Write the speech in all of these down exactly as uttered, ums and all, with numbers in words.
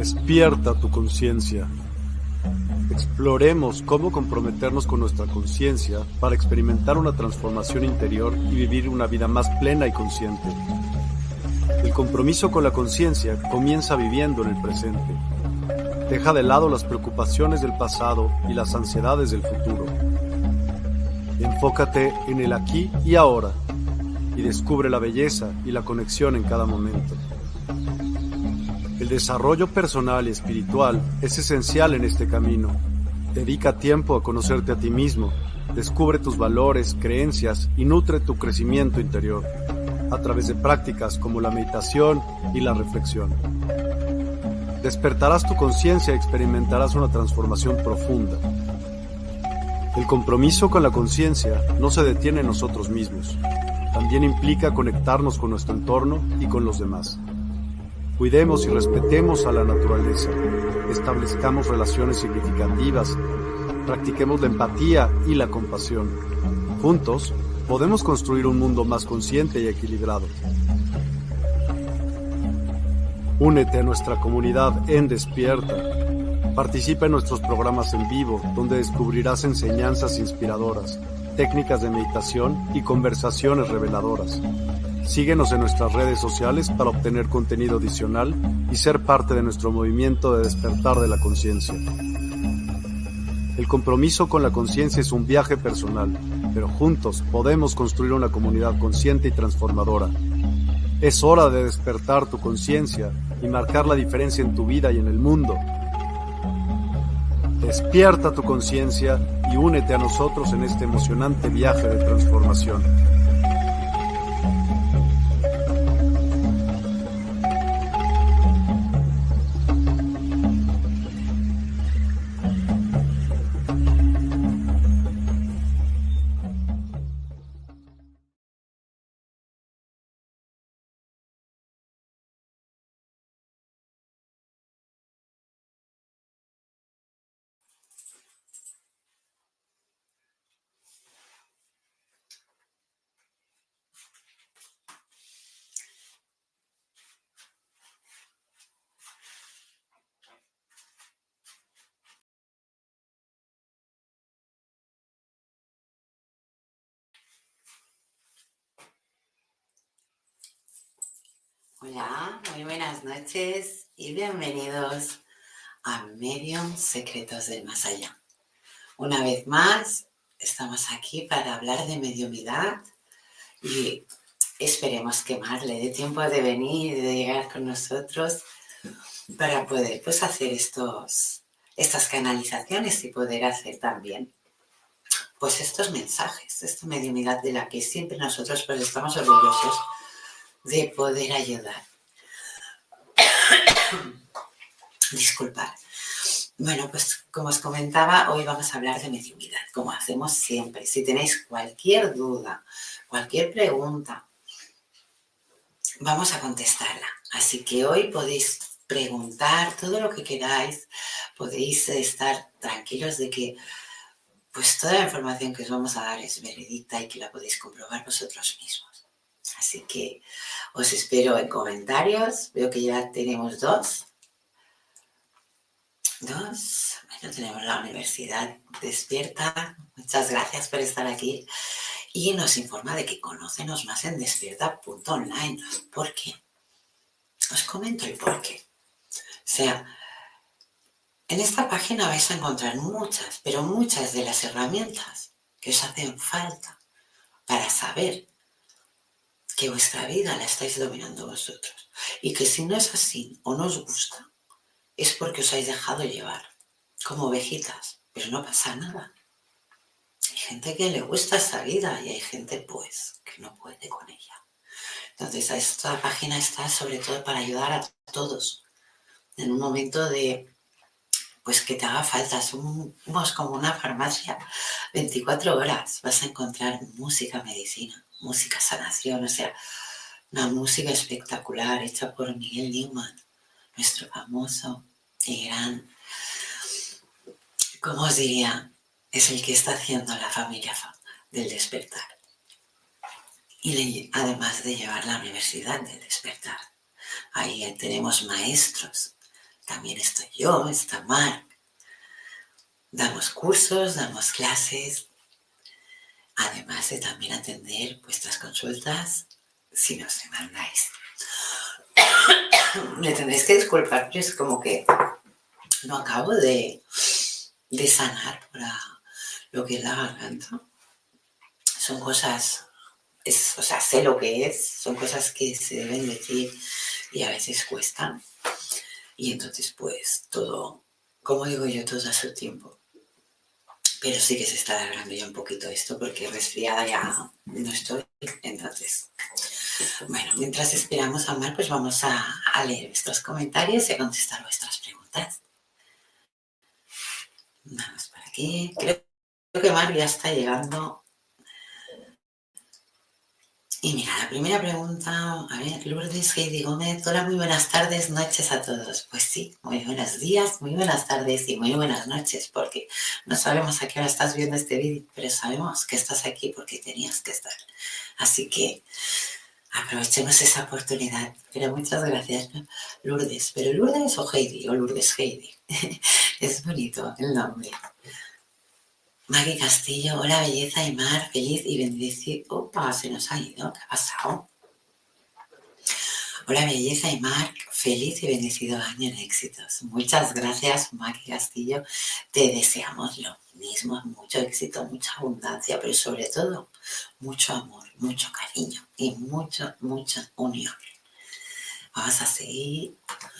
Despierta tu conciencia. Exploremos cómo comprometernos con nuestra conciencia para experimentar una transformación interior y vivir una vida más plena y consciente. El compromiso con la conciencia comienza viviendo en el presente. Deja de lado las preocupaciones del pasado y las ansiedades del futuro. Enfócate en el aquí y ahora y descubre la belleza y la conexión en cada momento. El desarrollo personal y espiritual es esencial en este camino. Dedica tiempo a conocerte a ti mismo, descubre tus valores, creencias y nutre tu crecimiento interior a través de prácticas como la meditación y la reflexión. Despertarás tu conciencia y experimentarás una transformación profunda. El compromiso con la conciencia no se detiene en nosotros mismos. También implica conectarnos con nuestro entorno y con los demás. Cuidemos y respetemos a la naturaleza, establezcamos relaciones significativas, practiquemos la empatía y la compasión. Juntos, podemos construir un mundo más consciente y equilibrado. Únete a nuestra comunidad en Despierta. Participa en nuestros programas en vivo, donde descubrirás enseñanzas inspiradoras, técnicas de meditación y conversaciones reveladoras. Síguenos en nuestras redes sociales para obtener contenido adicional y ser parte de nuestro movimiento de despertar de la conciencia. El compromiso con la conciencia es un viaje personal, pero juntos podemos construir una comunidad consciente y transformadora. Es hora de despertar tu conciencia y marcar la diferencia en tu vida y en el mundo. Despierta tu conciencia y únete a nosotros en este emocionante viaje de transformación. Hola, muy buenas noches y bienvenidos a Medium Secretos del Más Allá. Una vez más, estamos aquí para hablar de mediumidad y esperemos que Mar le dé tiempo de venir y de llegar con nosotros para poder pues, hacer estos, estas canalizaciones y poder hacer también pues, estos mensajes, esta mediumidad de la que siempre nosotros pues, estamos orgullosos de poder ayudar. Disculpad. Bueno, pues como os comentaba, hoy vamos a hablar de mediumidad, como hacemos siempre. Si tenéis cualquier duda, cualquier pregunta, vamos a contestarla. Así que hoy podéis preguntar todo lo que queráis, podéis estar tranquilos de que pues toda la información que os vamos a dar es veredicta y que la podéis comprobar vosotros mismos. Así que os espero en comentarios. Veo que ya tenemos dos. Dos. Bueno, tenemos la Universidad Despierta. Muchas gracias por estar aquí. Y nos informa de que conócenos más en despierta punto online. ¿Por qué? Os comento el por qué. O sea, en esta página vais a encontrar muchas, pero muchas de las herramientas que os hacen falta para saber que vuestra vida la estáis dominando vosotros y que si no es así o no os gusta, es porque os habéis dejado llevar como ovejitas, pero no pasa nada. Hay gente que le gusta esa vida y hay gente pues que no puede con ella. Entonces esta página está sobre todo para ayudar a todos en un momento de pues que te haga falta. Somos como una farmacia veinticuatro horas. Vas a encontrar música, medicina, música, sanación, o sea, una música espectacular hecha por Miguel Newman, nuestro famoso y gran, ¿cómo os diría? Es el que está haciendo la familia del despertar. Y además de llevar la Universidad del Despertar, ahí tenemos maestros también estoy yo, está Marc. Damos cursos, damos clases, además de también atender vuestras consultas si nos demandáis. Me tendréis que disculpar, pero es como que no acabo de, de sanar para lo que es la garganta. Son cosas, es, o sea, sé lo que es, son cosas que se deben decir y a veces cuestan. Y entonces, pues, todo, como digo yo, todo a su tiempo. Pero sí que se está alargando ya un poquito esto porque resfriada ya no estoy. Entonces, bueno, mientras esperamos a Mar, pues vamos a, a leer vuestros comentarios y a contestar vuestras preguntas. Vamos por aquí. Creo, creo que Mar ya está llegando. Y mira, la primera pregunta, a ver, Lourdes Heidi Gómez, hola, muy buenas tardes, noches a todos. Pues sí, muy buenos días, muy buenas tardes y muy buenas noches, porque no sabemos a qué hora estás viendo este vídeo, pero sabemos que estás aquí porque tenías que estar. Así que aprovechemos esa oportunidad. Pero muchas gracias, Lourdes. ¿Pero Lourdes o Heidi? O Lourdes Heidi. Es bonito el nombre. Maggie Castillo, hola belleza y Mar, feliz y bendecido. Opa, se nos ha ido, ¿qué ha pasado? Hola belleza y Mar, feliz y bendecido año en éxitos. Muchas gracias Maggie Castillo, te deseamos lo mismo, mucho éxito, mucha abundancia, pero sobre todo mucho amor, mucho cariño y mucho, mucha unión. Vamos a seguir.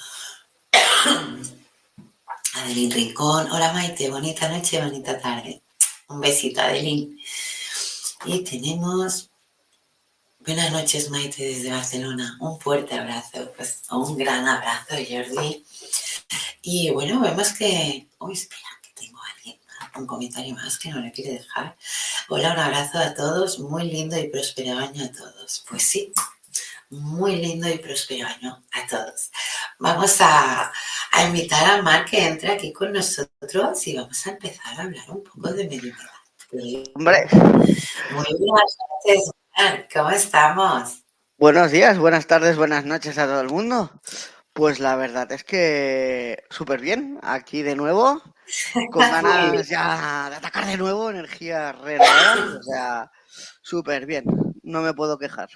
Adelín Rincón, hola Maite, bonita noche, bonita tarde. Un besito, Adelín. Y tenemos... Buenas noches, Maite, desde Barcelona. Un fuerte abrazo, pues un gran abrazo, Jordi. Y bueno, vemos que... Uy, espera, que tengo a alguien más, un comentario más que no le quiere dejar. Hola, un abrazo a todos, muy lindo y próspero año a todos. Pues sí, muy lindo y próspero año a todos. Vamos a, a invitar a Mar que entre aquí con nosotros y vamos a empezar a hablar un poco de mediunidad. Hombre. Muy buenas noches, Mar, ¿cómo estamos? Buenos días, buenas tardes, buenas noches a todo el mundo. Pues la verdad es que súper bien, aquí de nuevo, con ganas ya de atacar de nuevo, energías renovadas, o sea, súper bien, no me puedo quejar.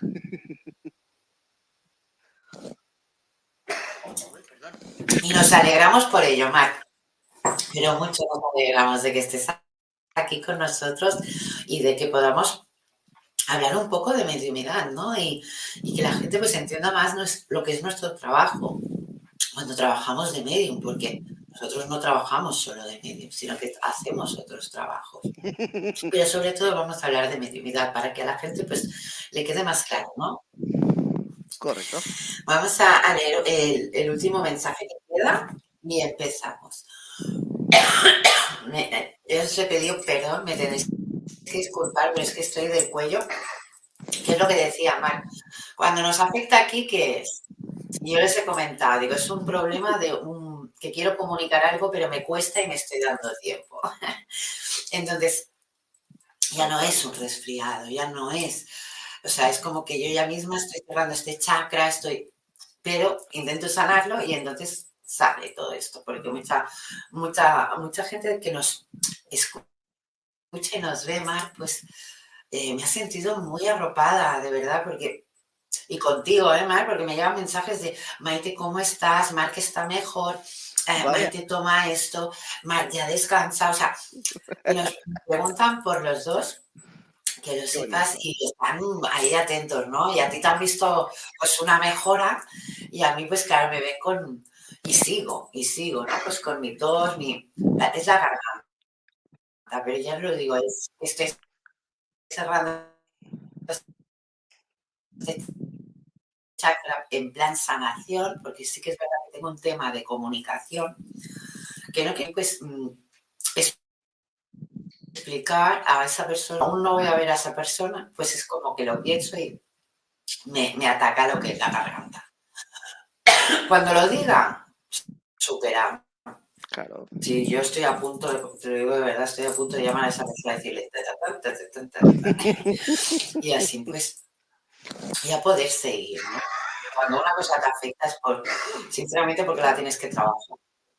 Y nos alegramos por ello, Marc, pero mucho nos alegramos de que estés aquí con nosotros y de que podamos hablar un poco de mediunidad, ¿no? Y, y que la gente pues entienda más lo que es nuestro trabajo cuando trabajamos de medium, porque nosotros no trabajamos solo de medium, sino que hacemos otros trabajos. Pero sobre todo vamos a hablar de mediunidad para que a la gente pues le quede más claro, ¿no? Correcto. Vamos a, a leer el, el último mensaje que queda y empezamos. me, yo os he pedido perdón, me tenéis que disculpar, pero es que estoy del cuello. ¿Qué es lo que decía Marc? Cuando nos afecta aquí, ¿qué es? Yo les he comentado, digo, es un problema de un que quiero comunicar algo, pero me cuesta y me estoy dando tiempo. Entonces, ya no es un resfriado, ya no es... O sea, es como que yo ya misma estoy cerrando este chakra, estoy... Pero intento sanarlo y entonces sale todo esto, porque mucha, mucha, mucha gente que nos escucha y nos ve, Mar, pues eh, me ha sentido muy arropada, de verdad, porque... Y contigo, ¿eh, Mar? Porque me llegan mensajes de Maite, ¿cómo estás? Mar, que está mejor. Eh, Maite, toma esto. Mar, ya descansa. O sea, y nos preguntan por los dos, que lo sepas, y están ahí atentos, ¿no? Y a ti te han visto pues una mejora y a mí pues claro, me ven con... Y sigo, y sigo, ¿no? Pues con mi tos, mi... Es la garganta, pero ya lo digo, es que estoy cerrando este chakra en plan sanación, porque sí que es verdad que tengo un tema de comunicación que no quiero pues es explicar a esa persona, aún no voy a ver a esa persona, pues es como que lo pienso y me, me ataca lo que es la garganta. Cuando lo diga, supera. Claro. Sí, yo estoy a punto, de, te lo digo de verdad, estoy a punto de llamar a esa persona y decirle ta, ta, ta, ta, ta, ta, y así pues ya poder seguir, ¿no? cuando una cosa te afecta es por, sinceramente, porque la tienes que trabajar.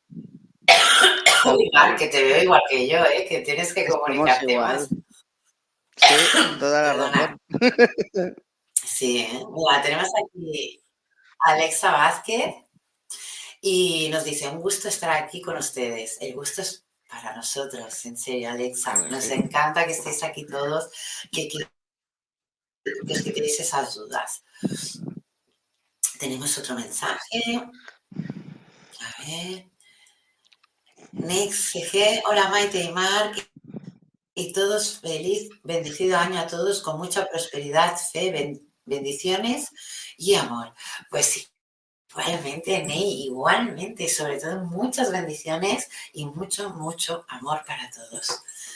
Igual, que te veo igual que yo, ¿eh? Que tienes que Estamos comunicarte igual. más. Sí, toda la Perdona. razón. Sí, ¿eh? Mira, tenemos aquí a Alexa Vázquez y nos dice, un gusto estar aquí con ustedes. El gusto es para nosotros, en serio, Alexa. Claro que Nos sí. encanta que estéis aquí todos, que, que, que os quitéis esas dudas. Tenemos otro mensaje. A ver. Next G G, hola Maite y Marc y todos, feliz, bendecido año a todos con mucha prosperidad, fe, ben, bendiciones y amor. Pues sí, igualmente, Ney, igualmente, sobre todo muchas bendiciones y mucho, mucho amor para todos.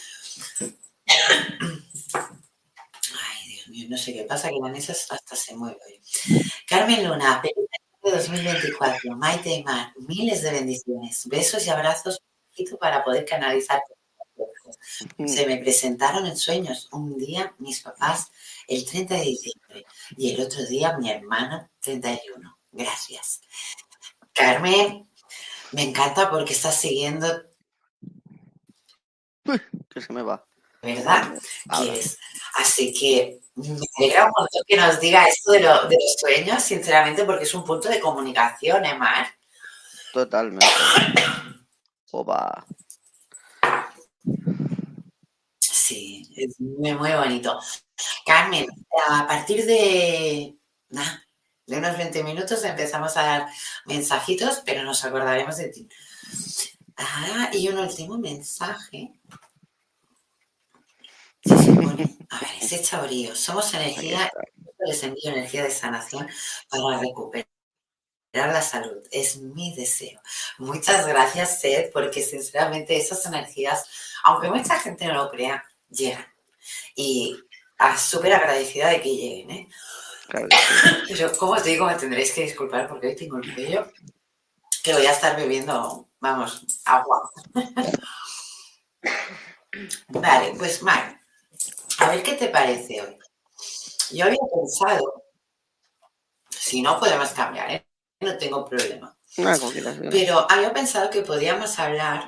Ay, Dios mío, no sé qué pasa, que Vanessa hasta se mueve hoy. Carmen Luna, feliz año dos mil veinticuatro, Maite y Mar, miles de bendiciones, besos y abrazos para poder canalizar. Se me presentaron en sueños un día mis papás el treinta de diciembre y el otro día mi hermano treinta y uno. Gracias. Carmen, me encanta porque estás siguiendo. Que se me va. ¿Verdad? Ahora. Quieres. Así que me alegra un montón que nos diga esto de, lo, de los sueños, sinceramente, porque es un punto de comunicación, ¿eh, Mar? Totalmente. Opa. Sí, es muy, muy bonito. Carmen, a partir de, nah, de unos veinte minutos empezamos a dar mensajitos, pero nos acordaremos de ti. Ah, y un último mensaje. Se supone, a ver, ese chabrío. Somos energía, les envío energía de sanación para recuperar la salud. Es mi deseo. Muchas gracias, Seth, porque sinceramente esas energías, aunque mucha gente no lo crea, llegan. Y súper agradecida de que lleguen, ¿eh? Claro que sí. Pero, como os digo, me tendréis que disculpar porque hoy tengo el cuello que voy a estar bebiendo, vamos, agua. Vale, pues Mar, a ver qué te parece hoy. Yo había pensado, si no podemos cambiar, ¿eh? No tengo problema. Ah, como quieras, ¿no? Pero había pensado que podíamos hablar,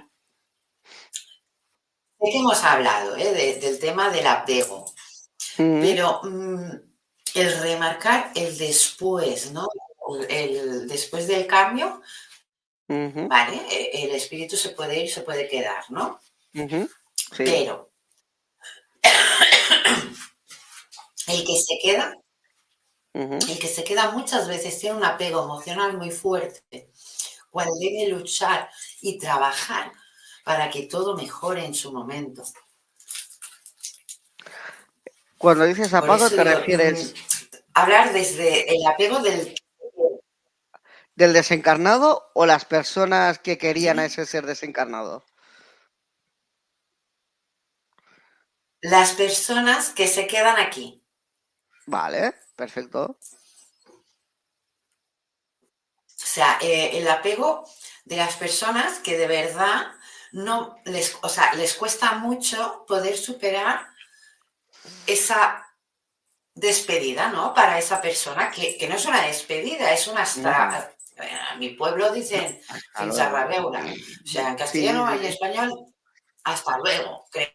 sé que hemos hablado, ¿eh? De, del tema del apego, uh-huh. Pero mmm, el remarcar el después, ¿no? El, el después del cambio, uh-huh. Vale, el espíritu se puede ir, se puede quedar, ¿no? Uh-huh. Sí. Pero el que se queda, uh-huh. el que se queda muchas veces tiene un apego emocional muy fuerte, cual debe luchar y trabajar para que todo mejore en su momento. Cuando dices apego, te digo, refieres... Hablar desde el apego del... ¿Del desencarnado o las personas que querían ¿Sí? a ese ser desencarnado? Las personas que se quedan aquí. Vale, perfecto. O sea, eh, el apego de las personas que de verdad no les, o sea, les cuesta mucho poder superar esa despedida, ¿no? Para esa persona, que, que no es una despedida, es una hasta... No. En mi pueblo dicen cincharrabeura. O sea, en castellano sí, sí, y en español, hasta luego, creo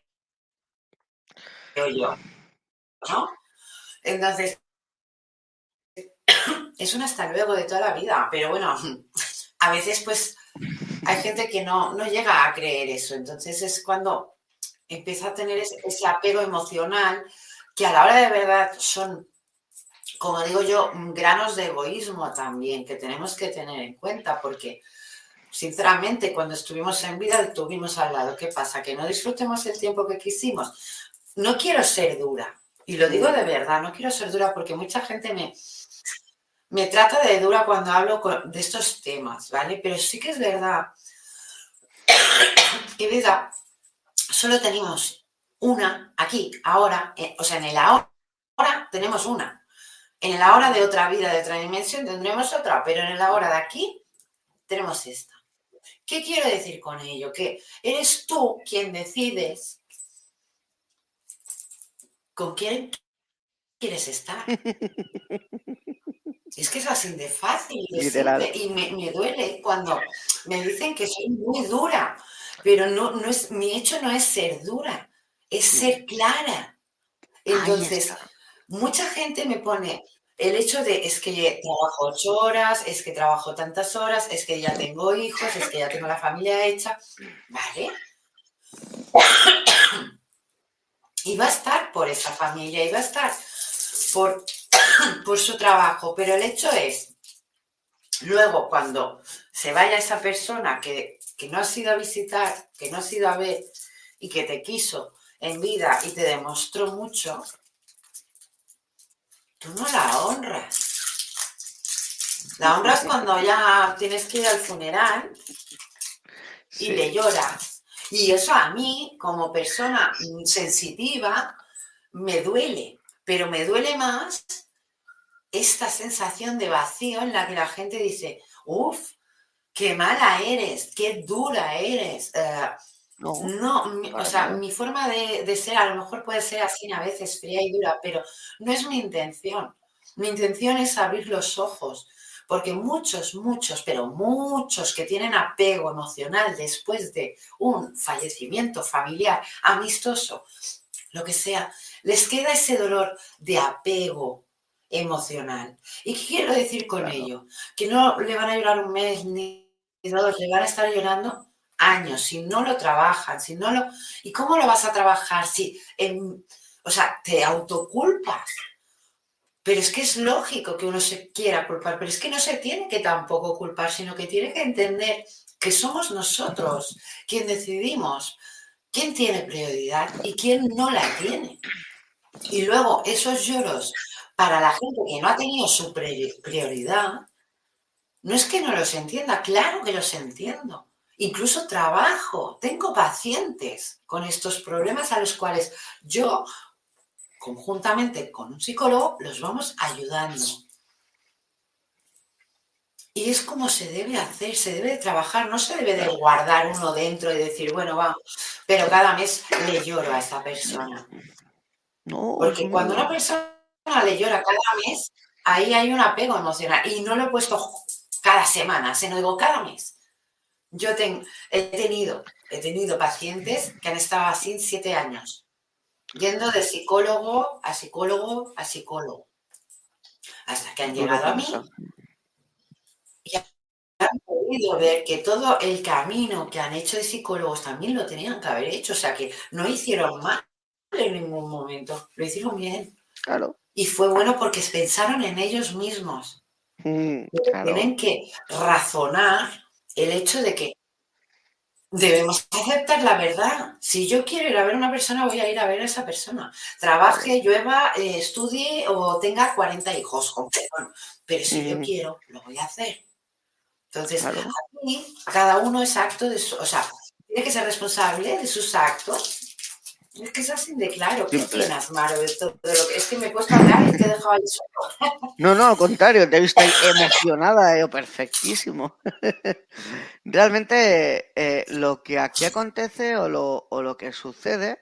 yo, ¿no? Entonces, es un hasta luego de toda la vida, pero bueno, a veces pues hay gente que no, no llega a creer eso, entonces es cuando empieza a tener ese, ese apego emocional que a la hora de verdad son, como digo yo, granos de egoísmo también que tenemos que tener en cuenta, porque sinceramente cuando estuvimos en vida estuvimos al lado. ¿Qué pasa? Que no disfrutemos el tiempo que quisimos. No quiero ser dura, y lo digo de verdad, no quiero ser dura porque mucha gente me, me trata de dura cuando hablo de estos temas, ¿vale? Pero sí que es verdad que vida solo tenemos una aquí, ahora, eh, o sea, en el ahora tenemos una. En el ahora de otra vida, de otra dimensión, tendremos otra, pero en el ahora de aquí tenemos esta. ¿Qué quiero decir con ello? Que eres tú quien decides con quién quieres estar. Es que es así de fácil y de Literal. simple. Y me, me duele cuando me dicen que soy muy dura, pero no, no es, mi hecho no es ser dura, es ser clara. Ahí Entonces, está. mucha gente me pone el hecho de es que trabajo ocho horas, es que trabajo tantas horas, es que ya tengo hijos, es que ya tengo la familia hecha, ¿vale? Y va a estar por esa familia, y va a estar por, por su trabajo, pero el hecho es, luego cuando se vaya esa persona que, que no has ido a visitar, que no has ido a ver y que te quiso en vida y te demostró mucho, tú no la honras. La honras cuando ya tienes que ir al funeral y Sí. le lloras. Y eso a mí, como persona sensitiva, me duele. Pero me duele más esta sensación de vacío en la que la gente dice, uff, qué mala eres, qué dura eres. Uh, No, no, mi, o sea, nada. mi forma de, de ser a lo mejor puede ser así a veces fría y dura, pero no es mi intención. Mi intención es abrir los ojos, porque muchos, muchos, pero muchos que tienen apego emocional después de un fallecimiento familiar, amistoso, lo que sea, les queda ese dolor de apego emocional. ¿Y qué quiero decir con Claro. ello? Que no le van a llorar un mes ni dos, le van a estar llorando años si no lo trabajan, si no lo... ¿Y cómo lo vas a trabajar si, en, o sea, te autoculpas? Pero es que es lógico que uno se quiera culpar, pero es que no se tiene que tampoco culpar, sino que tiene que entender que somos nosotros quien decidimos quién tiene prioridad y quién no la tiene. Y luego esos lloros para la gente que no ha tenido su prioridad, no es que no los entienda, claro que los entiendo. Incluso trabajo, tengo pacientes con estos problemas a los cuales yo, conjuntamente con un psicólogo, los vamos ayudando. Y es como se debe hacer, se debe de trabajar, no se debe de guardar uno dentro y decir, bueno, va, pero cada mes le lloro a esa persona. No, Porque es cuando una muy... persona le llora cada mes, ahí hay un apego emocional. Y no lo he puesto cada semana, sino digo cada mes. Yo ten, he, tenido, he tenido pacientes que han estado así siete años, yendo de psicólogo a psicólogo a psicólogo, hasta que han Duro llegado a con mí eso. y han podido ver que todo el camino que han hecho de psicólogos también lo tenían que haber hecho. O sea, que no hicieron mal en ningún momento, lo hicieron bien. Claro. Y fue bueno porque pensaron en ellos mismos. Mm, claro. Tienen que razonar el hecho de que debemos aceptar la verdad. Si yo quiero ir a ver a una persona, voy a ir a ver a esa persona. Trabaje, Claro. llueva, eh, estudie o tenga cuarenta hijos, con perdón. Pero si yo Mm, quiero, lo voy a hacer. Entonces, claro. aquí, cada uno es acto de su... O sea, tiene que ser responsable de sus actos. Es que es así de claro. ¿Qué Simple. tienes, Maro, de todo lo que... Es que me cuesta hablar y te he dejado ahí solo. No, no, al contrario, te he visto ahí emocionada, eh, perfectísimo. Realmente eh, lo que aquí acontece o lo, o lo que sucede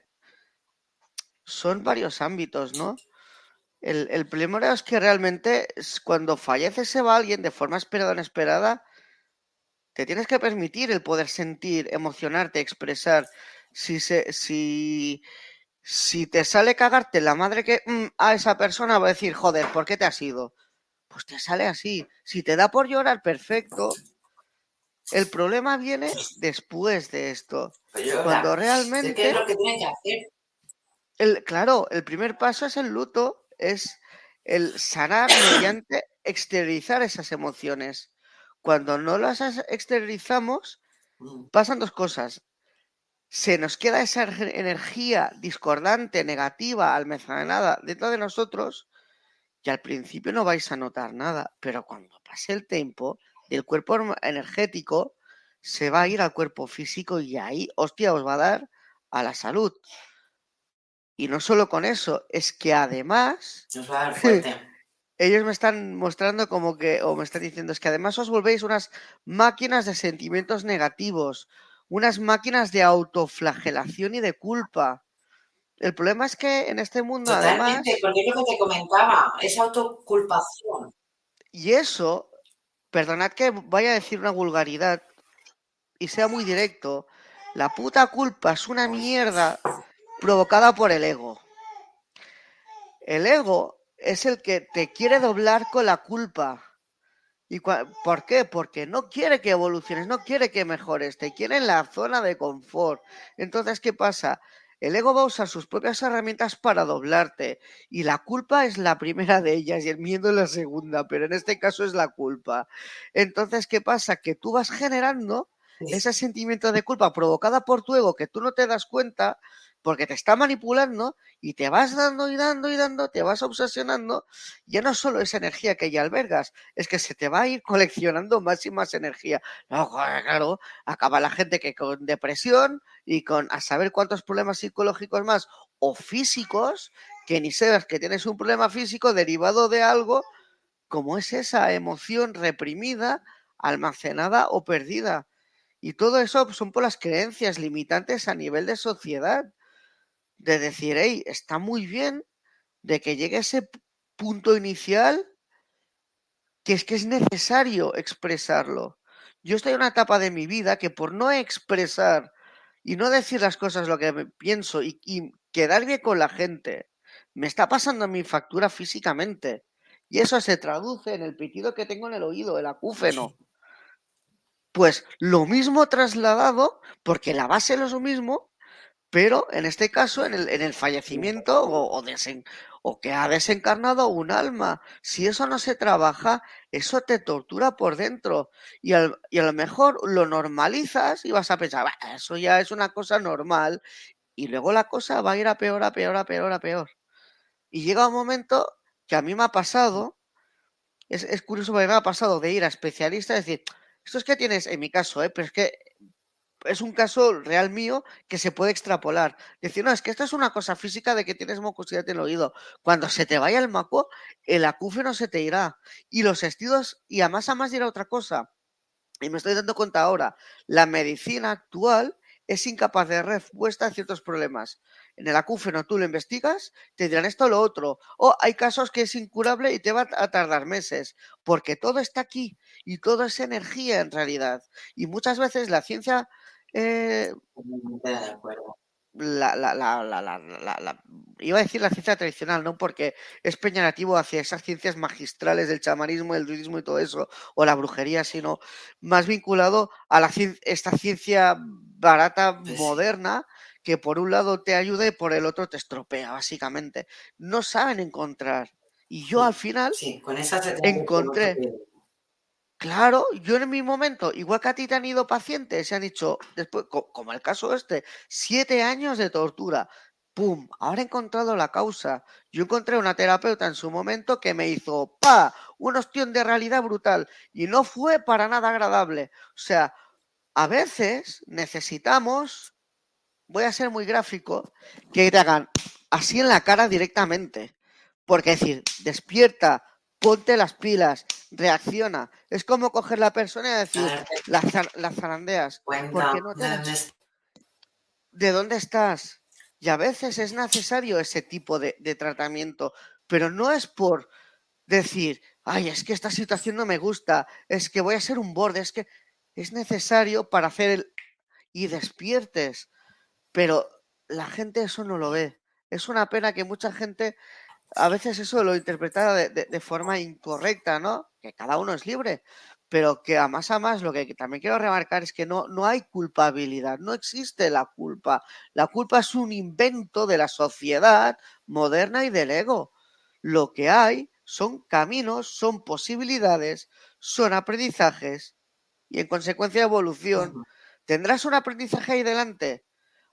son varios ámbitos, ¿no? El, el primero es que realmente es cuando fallece se va alguien de forma esperada o inesperada, te tienes que permitir el poder sentir, emocionarte, expresar. Si, se, si, si te sale cagarte la madre que mm, a esa persona va a decir, joder, ¿por qué te has ido? Pues te sale así. Si te da por llorar, perfecto. El problema viene después de esto. Pero, Cuando ¿de qué es realmente, lo que tienen que hacer? el, claro, el primer paso es el luto, es el sanar mediante exteriorizar esas emociones. Cuando no las exteriorizamos, pasan dos cosas. Se nos queda esa energía discordante, negativa, almacenada dentro de nosotros y al principio no vais a notar nada, pero cuando pase el tiempo, del cuerpo energético se va a ir al cuerpo físico y ahí, hostia, os va a dar a la salud. Y no solo con eso, es que además Nos va a dar fuerte. ellos me están mostrando como que, o me están diciendo, es que además os volvéis unas máquinas de sentimientos negativos, unas máquinas de autoflagelación y de culpa. El problema es que en este mundo, Totalmente, además, porque es lo que te comentaba, esa autoculpación. y eso, perdonad que vaya a decir una vulgaridad y sea muy directo, la puta culpa es una mierda provocada por el ego. El ego es el que te quiere doblar con la culpa. ¿Y por qué? Porque no quiere que evoluciones, no quiere que mejores, te quiere en la zona de confort. Entonces, ¿qué pasa? El ego va a usar sus propias herramientas para doblarte y la culpa es la primera de ellas y el miedo es la segunda, pero en este caso es la culpa. Entonces, ¿qué pasa? Que tú vas generando ese sentimiento de culpa provocada por tu ego que tú no te das cuenta porque te está manipulando y te vas dando y dando y dando, te vas obsesionando. Ya no solo esa energía que ya albergas, es que se te va a ir coleccionando más y más energía. No, claro, acaba la gente que con depresión y con a saber cuántos problemas psicológicos más o físicos, que ni sabes que tienes un problema físico derivado de algo como es esa emoción reprimida, almacenada o perdida. Y todo eso son por las creencias limitantes a nivel de sociedad. De decir, hey, está muy bien de que llegue a ese punto inicial que es que es necesario expresarlo. Yo estoy en una etapa de mi vida que por no expresar y no decir las cosas lo que pienso y, y quedar bien con la gente, me está pasando mi factura físicamente. Y eso se traduce en el pitido que tengo en el oído, el acúfeno. Pues lo mismo trasladado, porque la base es lo mismo, pero en este caso en el, en el fallecimiento o, o, desen, o que ha desencarnado un alma. Si eso no se trabaja, eso te tortura por dentro y, al, y a lo mejor lo normalizas y vas a pensar, bah, eso ya es una cosa normal y luego la cosa va a ir a peor, a peor, a peor, a peor. Y llega un momento que a mí me ha pasado, es, es curioso porque me ha pasado de ir a especialistas y decir, esto es que tienes, en mi caso, ¿eh? Pero es que es un caso real mío que se puede extrapolar. Decir, no, es que esto es una cosa física de que tienes mucosidad en el oído. Cuando se te vaya el maco, el acúfeno se te irá. Y los estilos, y además a más dirá otra cosa. Y me estoy dando cuenta ahora, la medicina actual es incapaz de dar respuesta a ciertos problemas. En el acúfeno tú lo investigas, te dirán esto o lo otro. O hay casos que es incurable y te va a tardar meses, porque todo está aquí y todo es energía en realidad. Y muchas veces la ciencia... Eh, De acuerdo. la, la, la, la, la, la, la, iba a decir la ciencia tradicional, no porque es peñorativo hacia esas ciencias magistrales del chamanismo, el druidismo y todo eso, o la brujería, sino más vinculado a la esta ciencia barata Pues sí. moderna que por un lado te ayuda y por el otro te estropea, básicamente. No saben encontrar. Y yo Sí, al final sí, con esa se encontré. Claro, yo en mi momento, igual que a ti te han ido pacientes, se han dicho, después, como el caso este, siete años de tortura. ¡Pum! Ahora he encontrado la causa. Yo encontré una terapeuta en su momento que me hizo ¡pa! Un ostión de realidad brutal. Y no fue para nada agradable. O sea, a veces necesitamos, voy a ser muy gráfico, que te hagan así en la cara directamente. Porque decir, despierta, ponte las pilas, reacciona. Es como coger la persona y decir, las, las zarandeas. Porque no te das... ¿De dónde estás? Y a veces es necesario ese tipo de, de tratamiento, pero no es por decir, ay, es que esta situación no me gusta, es que voy a ser un borde, es que es necesario para hacer el... y despiertes. Pero la gente eso no lo ve. Es una pena que mucha gente a veces eso lo interpreta de, de, de forma incorrecta, ¿no? Que cada uno es libre, pero que a más a más lo que también quiero remarcar es que no, no hay culpabilidad, no existe la culpa. La culpa es un invento de la sociedad moderna y del ego. Lo que hay son caminos, son posibilidades, son aprendizajes y en consecuencia evolución. ¿Tendrás un aprendizaje ahí delante?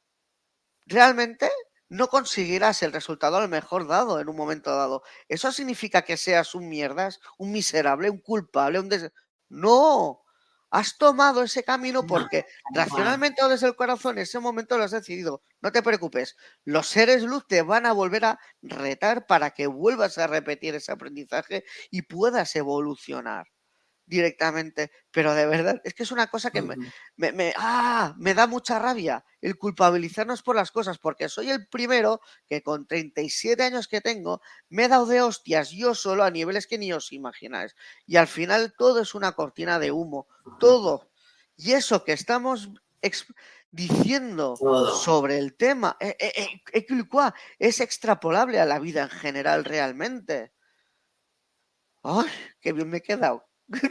¿Realmente? No conseguirás el resultado al mejor dado en un momento dado. ¿Eso significa que seas un mierdas, un miserable, un culpable, un des... No, has tomado ese camino porque no, racionalmente o desde el corazón en ese momento lo has decidido. No te preocupes, los seres luz te van a volver a retar para que vuelvas a repetir ese aprendizaje y puedas evolucionar. directamente, pero de verdad, es que es una cosa que me, me, me, ¡ah! me da mucha rabia el culpabilizarnos por las cosas, porque soy el primero que con treinta y siete años que tengo me he dado de hostias yo solo a niveles que ni os imagináis, y al final todo es una cortina de humo, todo, y eso que estamos diciendo Todo. sobre el tema eh, eh, eh, es extrapolable a la vida en general realmente. ¡Ay, qué bien me he quedado!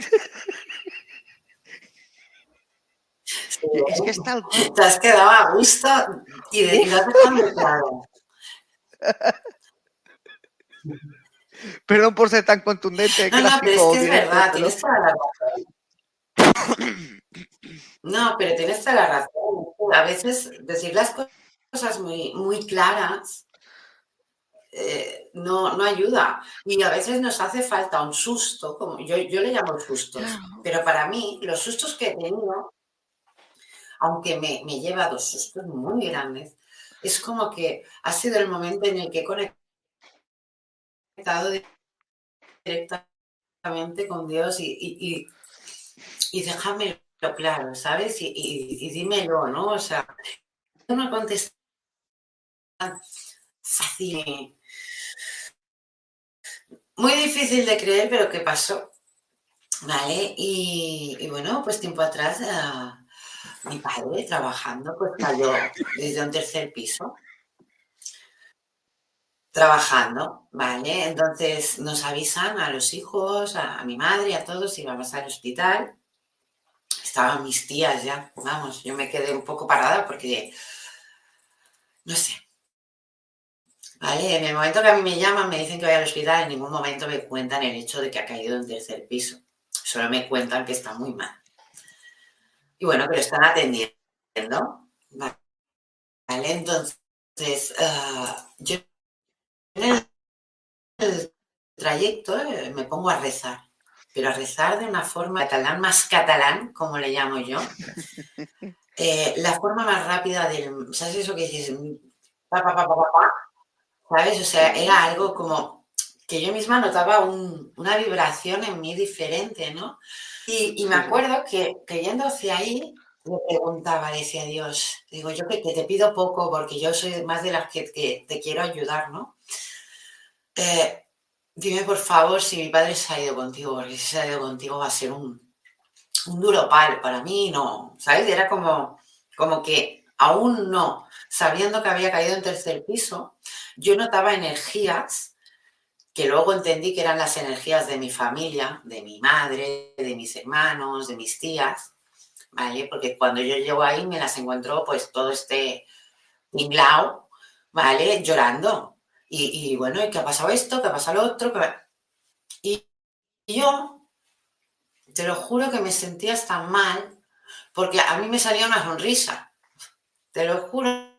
Sí, es que está el... te has quedado a gusto y, de, y lo has dejado muy claro. Perdón por ser tan contundente, No, no, pero es gráfico o que es directo, verdad, pero... tienes toda la razón. No, pero tienes toda la razón. A veces decir las cosas muy, muy claras eh, no, no ayuda. Y a veces nos hace falta un susto, como yo, yo le llamo sustos, Claro. pero para mí los sustos que he tenido, aunque me, me lleva dos sustos muy grandes, es como que ha sido el momento en el que he conectado directamente con Dios y, y, y, y déjamelo claro, ¿sabes? Y, y, y dímelo, ¿no? O sea, una contestación fácil, muy difícil de creer, pero que pasó, ¿vale? Y, y bueno, pues tiempo atrás uh, mi padre trabajando pues cayó desde un tercer piso, trabajando, ¿vale? Entonces nos avisan a los hijos, a, a mi madre, a todos, íbamos al hospital. Estaban mis tías ya, vamos, yo me quedé un poco parada porque, no sé, ¿vale? En el momento que a mí me llaman, me dicen que voy al hospital, en ningún momento me cuentan el hecho de que ha caído en tercer piso. Solo me cuentan que está muy mal. Y bueno, que lo están atendiendo. ¿Vale? Entonces, uh, yo en el trayecto eh, me pongo a rezar, pero a rezar de una forma catalán, más catalán, como le llamo yo. Eh, la forma más rápida del... ¿Sabes eso que dices? Pa, pa, pa, pa, pa, ¿sabes? O sea, era algo como que yo misma notaba un, una vibración en mí diferente, ¿no? Y, y me acuerdo que, que yendo hacia ahí, le preguntaba, decía Dios, digo, yo que, que te pido poco porque yo soy más de las que, que te quiero ayudar, ¿no? Eh, dime por favor si mi padre se ha ido contigo, porque si se ha ido contigo va a ser un, un duro palo para mí, no, ¿sabes? Era como, como que aún no, sabiendo que había caído en tercer piso, yo notaba energías que luego entendí que eran las energías de mi familia, de mi madre, de mis hermanos, de mis tías, ¿vale? Porque cuando yo llego ahí me las encuentro pues todo este tinglao, ¿vale? Llorando. Y, y bueno, ¿y qué ha pasado esto? ¿Qué ha pasado lo otro? Y, y yo, te lo juro que me sentía hasta mal, porque a mí me salía una sonrisa. Te lo juro.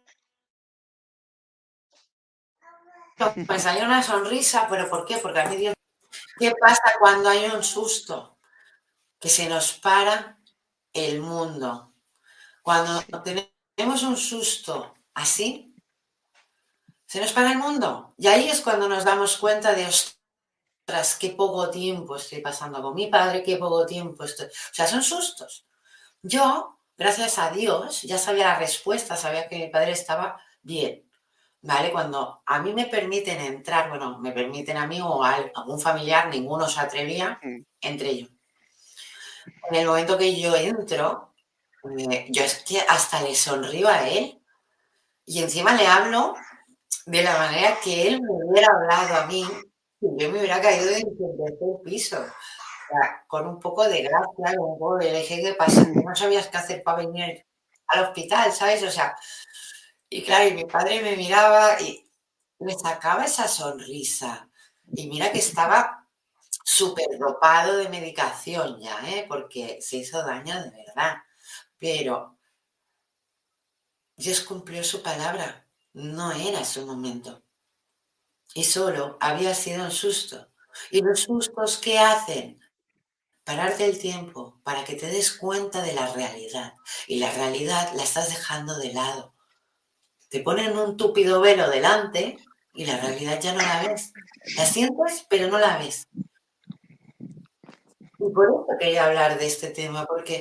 Me salía una sonrisa, ¿pero por qué? Porque a mí Dios... ¿Qué pasa cuando hay un susto? Que se nos para el mundo. Cuando tenemos un susto así, se nos para el mundo. Y ahí es cuando nos damos cuenta de, ostras, qué poco tiempo estoy pasando con mi padre, qué poco tiempo estoy... O sea, son sustos. Yo, gracias a Dios, ya sabía la respuesta, sabía que mi padre estaba bien. ¿Vale? Cuando a mí me permiten entrar, bueno, me permiten a mí o a algún familiar, ninguno se atrevía, entre ellos. En el momento que yo entro, eh, yo es que hasta le sonrío a él y encima le hablo de la manera que él me hubiera hablado a mí si yo me hubiera caído desde el tercer piso. O sea, con un poco de gracia, con un poco de le dije, ¿qué pasa? Que no sabías qué hacer para venir al hospital, ¿sabes? O sea, y claro, y mi padre me miraba y me sacaba esa sonrisa. Y mira que estaba súper dopado de medicación ya, ¿eh? Porque se hizo daño de verdad. Pero Dios cumplió su palabra. No era su momento. Y solo había sido un susto. ¿Y los sustos qué hacen? Pararte el tiempo para que te des cuenta de la realidad. Y la realidad la estás dejando de lado. Te ponen un túpido velo delante y la realidad ya no la ves. La sientes, pero no la ves. Y por eso quería hablar de este tema, porque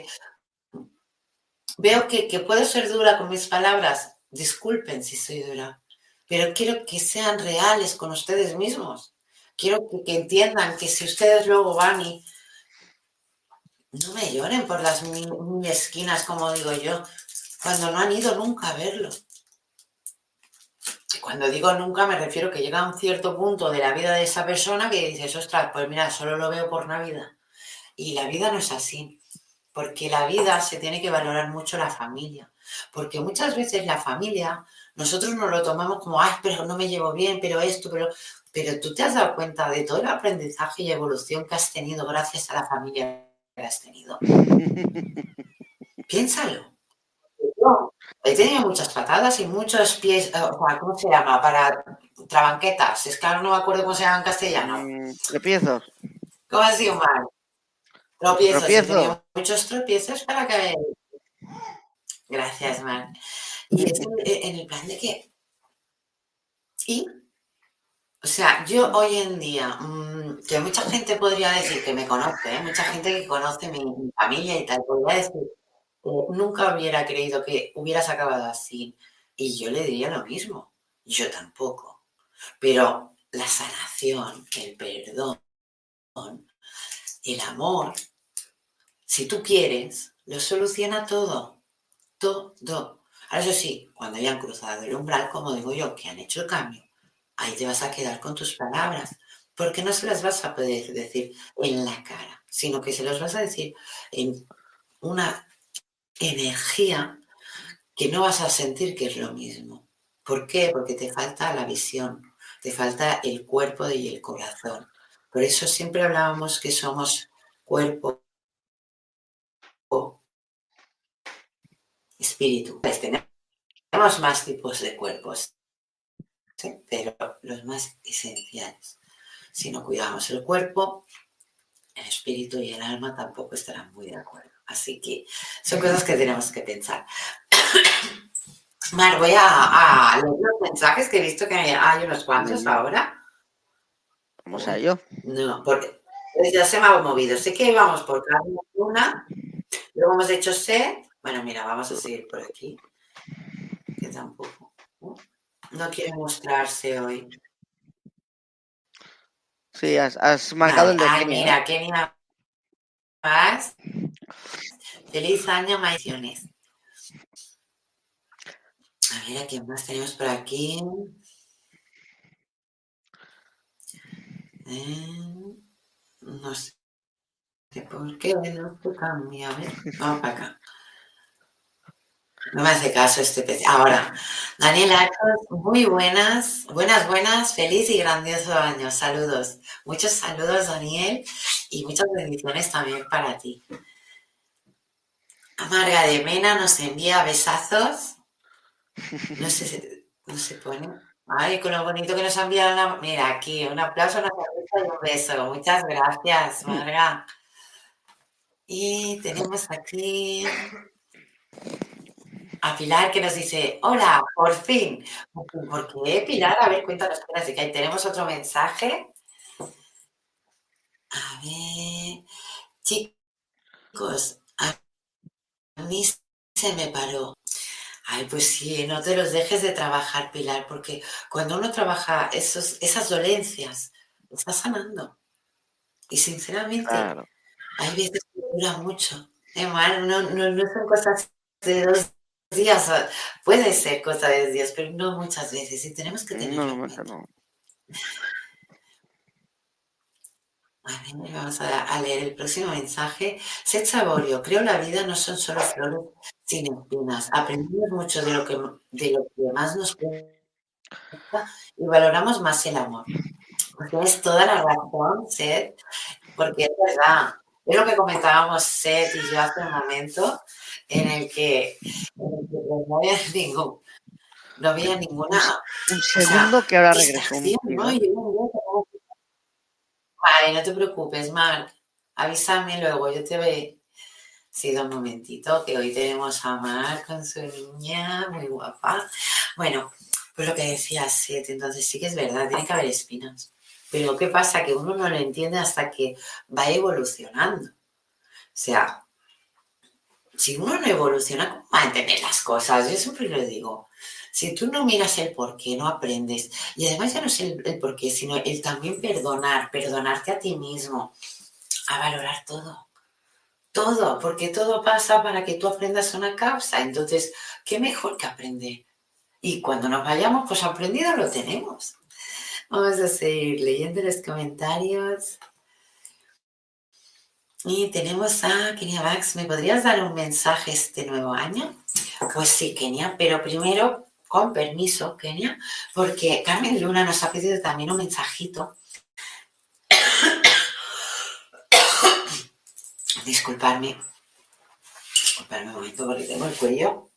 veo que, que puedo ser dura con mis palabras. Disculpen si soy dura, pero quiero que sean reales con ustedes mismos. Quiero que, que entiendan que si ustedes luego van y no me lloren por las mil, mil esquinas, como digo yo, cuando no han ido nunca a verlo. Cuando digo nunca me refiero que llega a un cierto punto de la vida de esa persona que dices, ostras, pues mira, solo lo veo por Navidad. Y la vida no es así, porque la vida se tiene que valorar mucho la familia, porque muchas veces la familia, nosotros nos lo tomamos como, ay, pero no me llevo bien, pero esto, pero... Pero tú te has dado cuenta de todo el aprendizaje y evolución que has tenido gracias a la familia que has tenido. Piénsalo. Yo he tenido muchas patadas y muchos pies, o sea, ¿cómo se llama? Para trabanquetas. Es que ahora no me acuerdo cómo se llama en castellano. Mm, tropiezos. ¿Cómo ha sido mal? Tropiezos. He Tropiezos. tenido muchos tropiezos para que... Gracias, Mar. Y es en el plan de que... Y, o sea, yo hoy en día, mmm, que mucha gente podría decir que me conoce, ¿eh? Mucha gente que conoce mi, mi familia y tal, podría decir que nunca hubiera creído que hubieras acabado así. Y yo le diría lo mismo. Yo tampoco. Pero la sanación, el perdón, el amor, si tú quieres, lo soluciona todo. Todo. Ahora, eso sí, cuando hayan cruzado el umbral, como digo yo, que han hecho el cambio, ahí te vas a quedar con tus palabras, porque no se las vas a poder decir en la cara, sino que se las vas a decir en una energía que no vas a sentir que es lo mismo. ¿Por qué? Porque te falta la visión, te falta el cuerpo y el corazón. Por eso siempre hablábamos que somos cuerpo, espíritu. Tenemos más tipos de cuerpos, ¿sí? Pero los más esenciales. Si no cuidamos el cuerpo, el espíritu y el alma tampoco estarán muy de acuerdo. Así que son cosas que tenemos que pensar. Mar, voy a, a leer los mensajes que he visto que hay unos cuantos Venga. ahora. Vamos a ello. No, porque ya se me ha movido. Sé que íbamos por Carmen Luna, luego hemos hecho set. Bueno, mira, vamos a seguir por aquí. Que tampoco. No, no quiere mostrarse hoy. Sí, has, has marcado vale. El de Ay, Kenia. Mira, ¿eh? Kenia más. Feliz año, maldiciones. A ver, ¿a quién más tenemos por aquí? Eh, no sé por qué no se cambia. A ver, vamos para acá. No me hace caso este pez. Ahora, Daniela, muy buenas, buenas, buenas, feliz y grandioso año. Saludos. Muchos saludos, Daniel, y muchas bendiciones también para ti. Amarga de Mena nos envía besazos. No sé, no se pone. Ay, con lo bonito que nos ha enviado. Una... Mira, aquí, un aplauso, una sonrisa y un beso. Muchas gracias, Marga. Y tenemos aquí a Pilar que nos dice, hola, por fin. ¿Por qué, Pilar? A ver, cuéntanos, así que ahí tenemos otro mensaje. A ver, chicos, a mí se me paró. Ay, pues sí, no te los dejes de trabajar, Pilar, porque cuando uno trabaja esos, esas dolencias, está sanando. Y sinceramente, claro, hay veces que dura mucho. ¿Eh, Mar? No, no, no son cosas de dos días, puede ser cosa de dos días, pero no muchas veces, y tenemos que tenerlo no, en cuenta. No. A ver, vamos a, a leer el próximo mensaje. Sed Saborio, creo la vida no son solo flores sin espinas. Aprendemos mucho de lo que, de lo que más nos cuesta y valoramos más el amor. Pues tienes toda la razón, Seth, porque es verdad. Es lo que comentábamos Seth y yo hace un momento, en el que, en el que pues, no había ningún, no había ninguna. Un segundo, o sea, que ahora regreso. ¿No? Y yo, vale, no te preocupes, Marc. Avísame luego, yo te voy. Sí, un momentito, que hoy tenemos a Mar con su niña, muy guapa. Bueno, pues lo que decía Seth, entonces sí que es verdad, tiene que haber espinas. Pero ¿qué pasa? Que uno no lo entiende hasta que va evolucionando. O sea, si uno no evoluciona, ¿cómo va a entender las cosas? Yo siempre lo digo. Si tú no miras el por qué, no aprendes. Y además ya no es el, el por qué, sino el también perdonar, perdonarte a ti mismo, a valorar todo. Todo, porque todo pasa para que tú aprendas una causa. Entonces, ¿qué mejor que aprender? Y cuando nos vayamos, pues aprendido lo tenemos. Vamos a seguir leyendo los comentarios. Y tenemos a Kenia Bax. ¿Me podrías dar un mensaje este nuevo año? Pues sí, Kenia, pero primero, con permiso, Kenia, porque Carmen Luna nos ha pedido también un mensajito. Disculparme. Disculparme un momento porque tengo el cuello.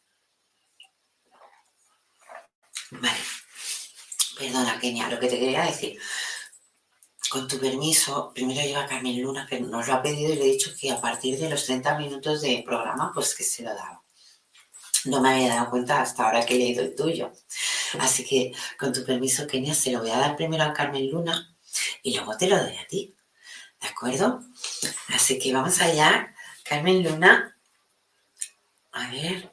Vale. Perdona, Kenia, lo que te quería decir. Con tu permiso, primero lleva Carmen Luna, que nos lo ha pedido y le he dicho que a partir de los treinta minutos de programa, pues que se lo daba. No me había dado cuenta hasta ahora que he leído el tuyo. Así que, con tu permiso, Kenia, se lo voy a dar primero a Carmen Luna y luego te lo doy a ti. ¿De acuerdo? Así que vamos allá. Carmen Luna. A ver.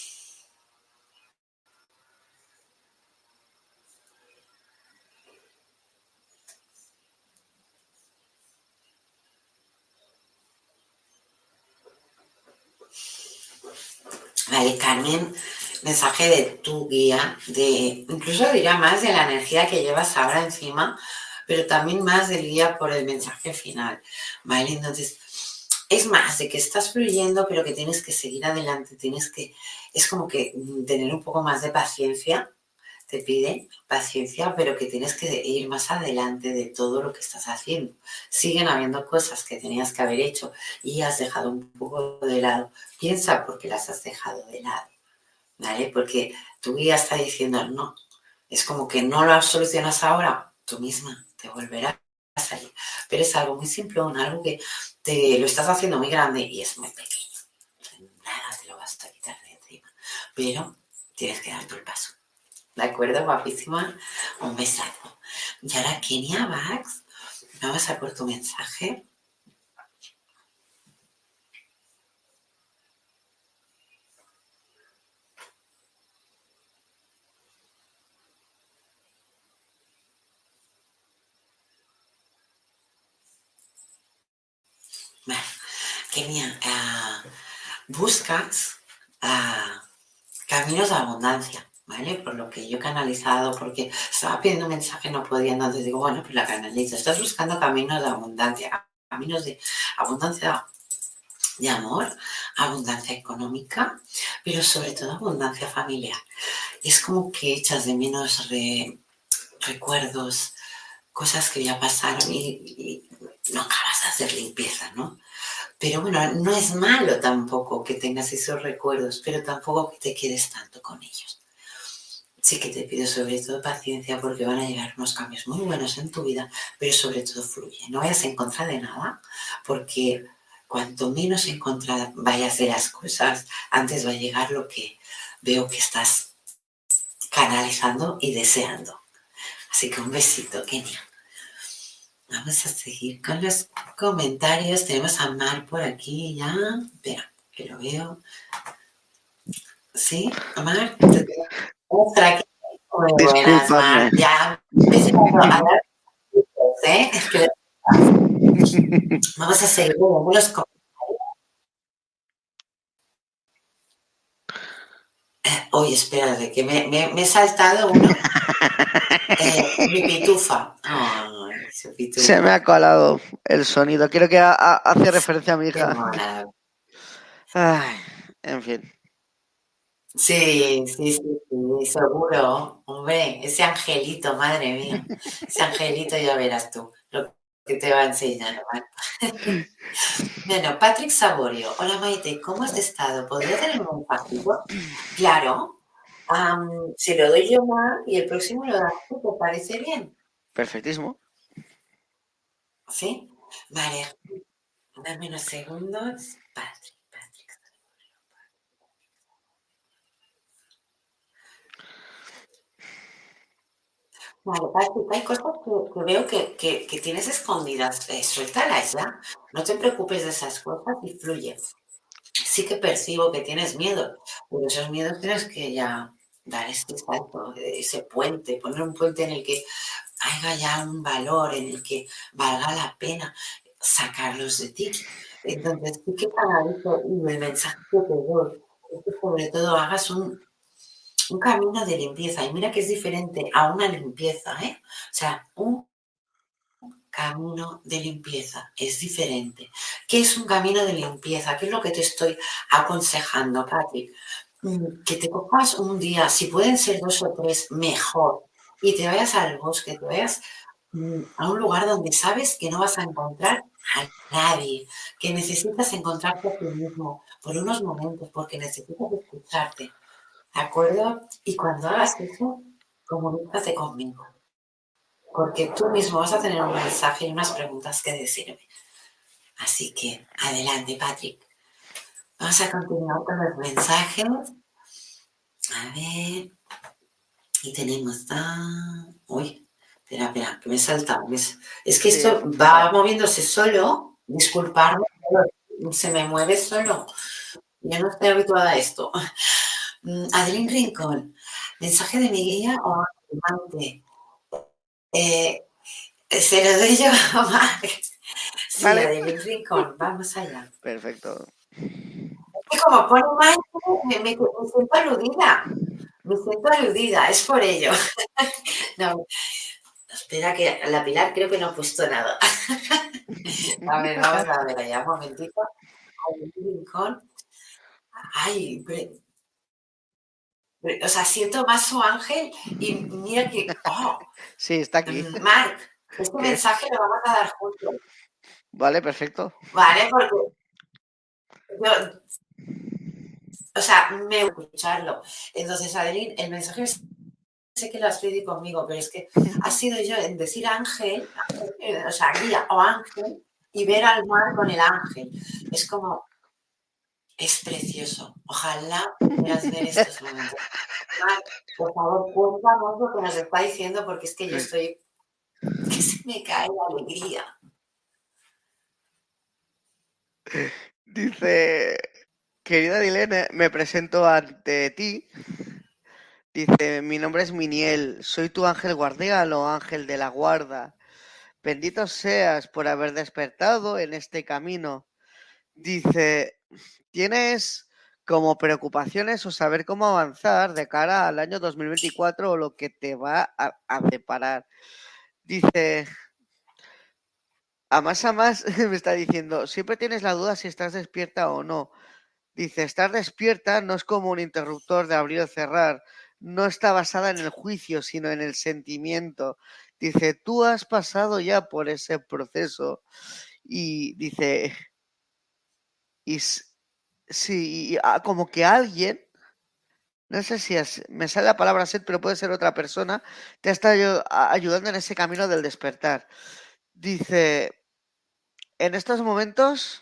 Vale, Carmen, mensaje de tu guía, de incluso diría más de la energía que llevas ahora encima, pero también más del guía por el mensaje final, ¿vale? Entonces, es más de que estás fluyendo, pero que tienes que seguir adelante, tienes que, es como que tener un poco más de paciencia, te pide paciencia, pero que tienes que ir más adelante de todo lo que estás haciendo. Siguen habiendo cosas que tenías que haber hecho y has dejado un poco de lado. Piensa por qué las has dejado de lado, ¿vale? Porque tu guía está diciendo, no, es como que no lo solucionas ahora, tú misma te volverás a salir. Pero es algo muy simple, algo que te lo estás haciendo muy grande y es muy pequeño. Nada te lo vas a quitar de encima. Pero tienes que dar tu el paso. ¿De acuerdo, guapísima? Un besazo. Y ahora, Kenia Bax, vamos a por tu mensaje. Vale. Kenia, uh, buscas uh, caminos de abundancia, ¿vale? Por lo que yo he canalizado, porque estaba pidiendo un mensaje, no podía, entonces digo, bueno, pues la canalizo. Estás buscando caminos de abundancia, caminos de abundancia de amor, abundancia económica, pero sobre todo abundancia familiar. Es como que echas de menos re, recuerdos, cosas que ya pasaron y, y no acabas de hacer limpieza, ¿no? Pero bueno, no es malo tampoco que tengas esos recuerdos, pero tampoco que te quedes tanto con ellos. Sí que te pido sobre todo paciencia porque van a llegar unos cambios muy buenos en tu vida, pero sobre todo fluye. No vayas en contra de nada, porque cuanto menos en contra vayas de las cosas, antes va a llegar lo que veo que estás canalizando y deseando. Así que un besito, Kenia. Vamos a seguir con los comentarios. Tenemos a Mar por aquí ya. Espera, que lo veo. ¿Sí? Mar, ¿te tenemos aquí? Muy buenas, Discúlpame. Mar. Ya empezamos a hablar. ¿Eh? Es que vamos a seguir con los comentarios. Oye, espérate, que me, me, me he saltado uno. Eh, mi pitufa. Ay, su pitufa. Se me ha colado el sonido. Creo que a, a, hace referencia a mi Qué hija. mona. Ay, en fin. Sí, sí, sí, sí, seguro. Hombre, ese angelito, madre mía. Ese angelito ya verás tú lo que te va a enseñar, ¿vale? Bueno, Patrick Saborio. Hola Maite, ¿cómo has estado? ¿Podría tener un pasito? Claro. Um, se lo doy yo más y el próximo lo das tú, ¿te parece bien? Perfectísimo. ¿Sí? Vale. Dame unos segundos. Patrick, Patrick. Vale, Patrick, hay cosas que, que veo que, que, que tienes escondidas. Eh, suéltalas ya. No te preocupes de esas cosas y fluye. Sí que percibo que tienes miedo, pero esos miedos tienes que ya dar este salto, ese puente, poner un puente en el que haya ya un valor, en el que valga la pena sacarlos de ti. Entonces, sí que canalizo y el mensaje que te doy es que sobre todo hagas un, un camino de limpieza. Y mira que es diferente a una limpieza, ¿eh? O sea, un camino de limpieza es diferente. ¿Qué es un camino de limpieza? ¿Qué es lo que te estoy aconsejando, Patrick? Mm, Que te cojas un día, si pueden ser dos o tres, mejor, y te vayas al bosque, te vayas mm, a un lugar donde sabes que no vas a encontrar a nadie, que necesitas encontrarte a ti mismo por unos momentos, porque necesitas escucharte, ¿de acuerdo? Y cuando hagas eso, comunícate conmigo, porque tú mismo vas a tener un mensaje y unas preguntas que decirme. Así que adelante, Patrick. Vamos a continuar con los mensajes. A ver. Y tenemos. Ah, uy, espera, espera, que me he saltado. Es que Sí, esto va efectivamente. moviéndose solo. Disculparme, se me mueve solo. Yo no estoy habituada a esto. Adeline Rincón, mensaje de mi guía o amante. Eh, se lo doy yo a Mark. Sí, Vale. Adeline Rincón, vamos allá. Perfecto. Es que como pone Mike, me, me, me siento aludida. Me siento aludida, es por ello. No, espera que la Pilar creo que no ha puesto nada. A ver, vamos a ver allá un momentito. Hay un rincón. Ay, pre- pre- o sea, siento más su ángel y mira que, oh, Sí, está aquí. mm, Marc, este ¿Qué? mensaje lo vamos a dar juntos, Vale, perfecto. ¿vale? Porque yo, o sea, me gusta escucharlo. Entonces, Adeline, el mensaje es sé que lo has pedido conmigo, pero es que ha sido yo en decir ángel, o sea, guía o ángel, y ver al mar con el ángel. Es como, es precioso. Ojalá pudieras ver estos momentos. Mar, por favor, cuéntanos lo que nos está diciendo, porque es que yo estoy, que se me cae la alegría. Dice, querida Dilene, me presento ante ti. Dice, mi nombre es Miniel, soy tu ángel guardián o ángel de la guarda. Bendito seas por haber despertado en este camino. Dice, ¿tienes como preocupaciones o saber cómo avanzar de cara al año dos mil veinticuatro o lo que te va a, a deparar? Dice, a más a más me está diciendo, siempre tienes la duda si estás despierta o no. Dice, estar despierta no es como un interruptor de abrir o cerrar, no está basada en el juicio, sino en el sentimiento. Dice, tú has pasado ya por ese proceso y dice, y sí, como que alguien, no sé si es, me sale la palabra set, pero puede ser otra persona, te está ayudando en ese camino del despertar. Dice, en estos momentos,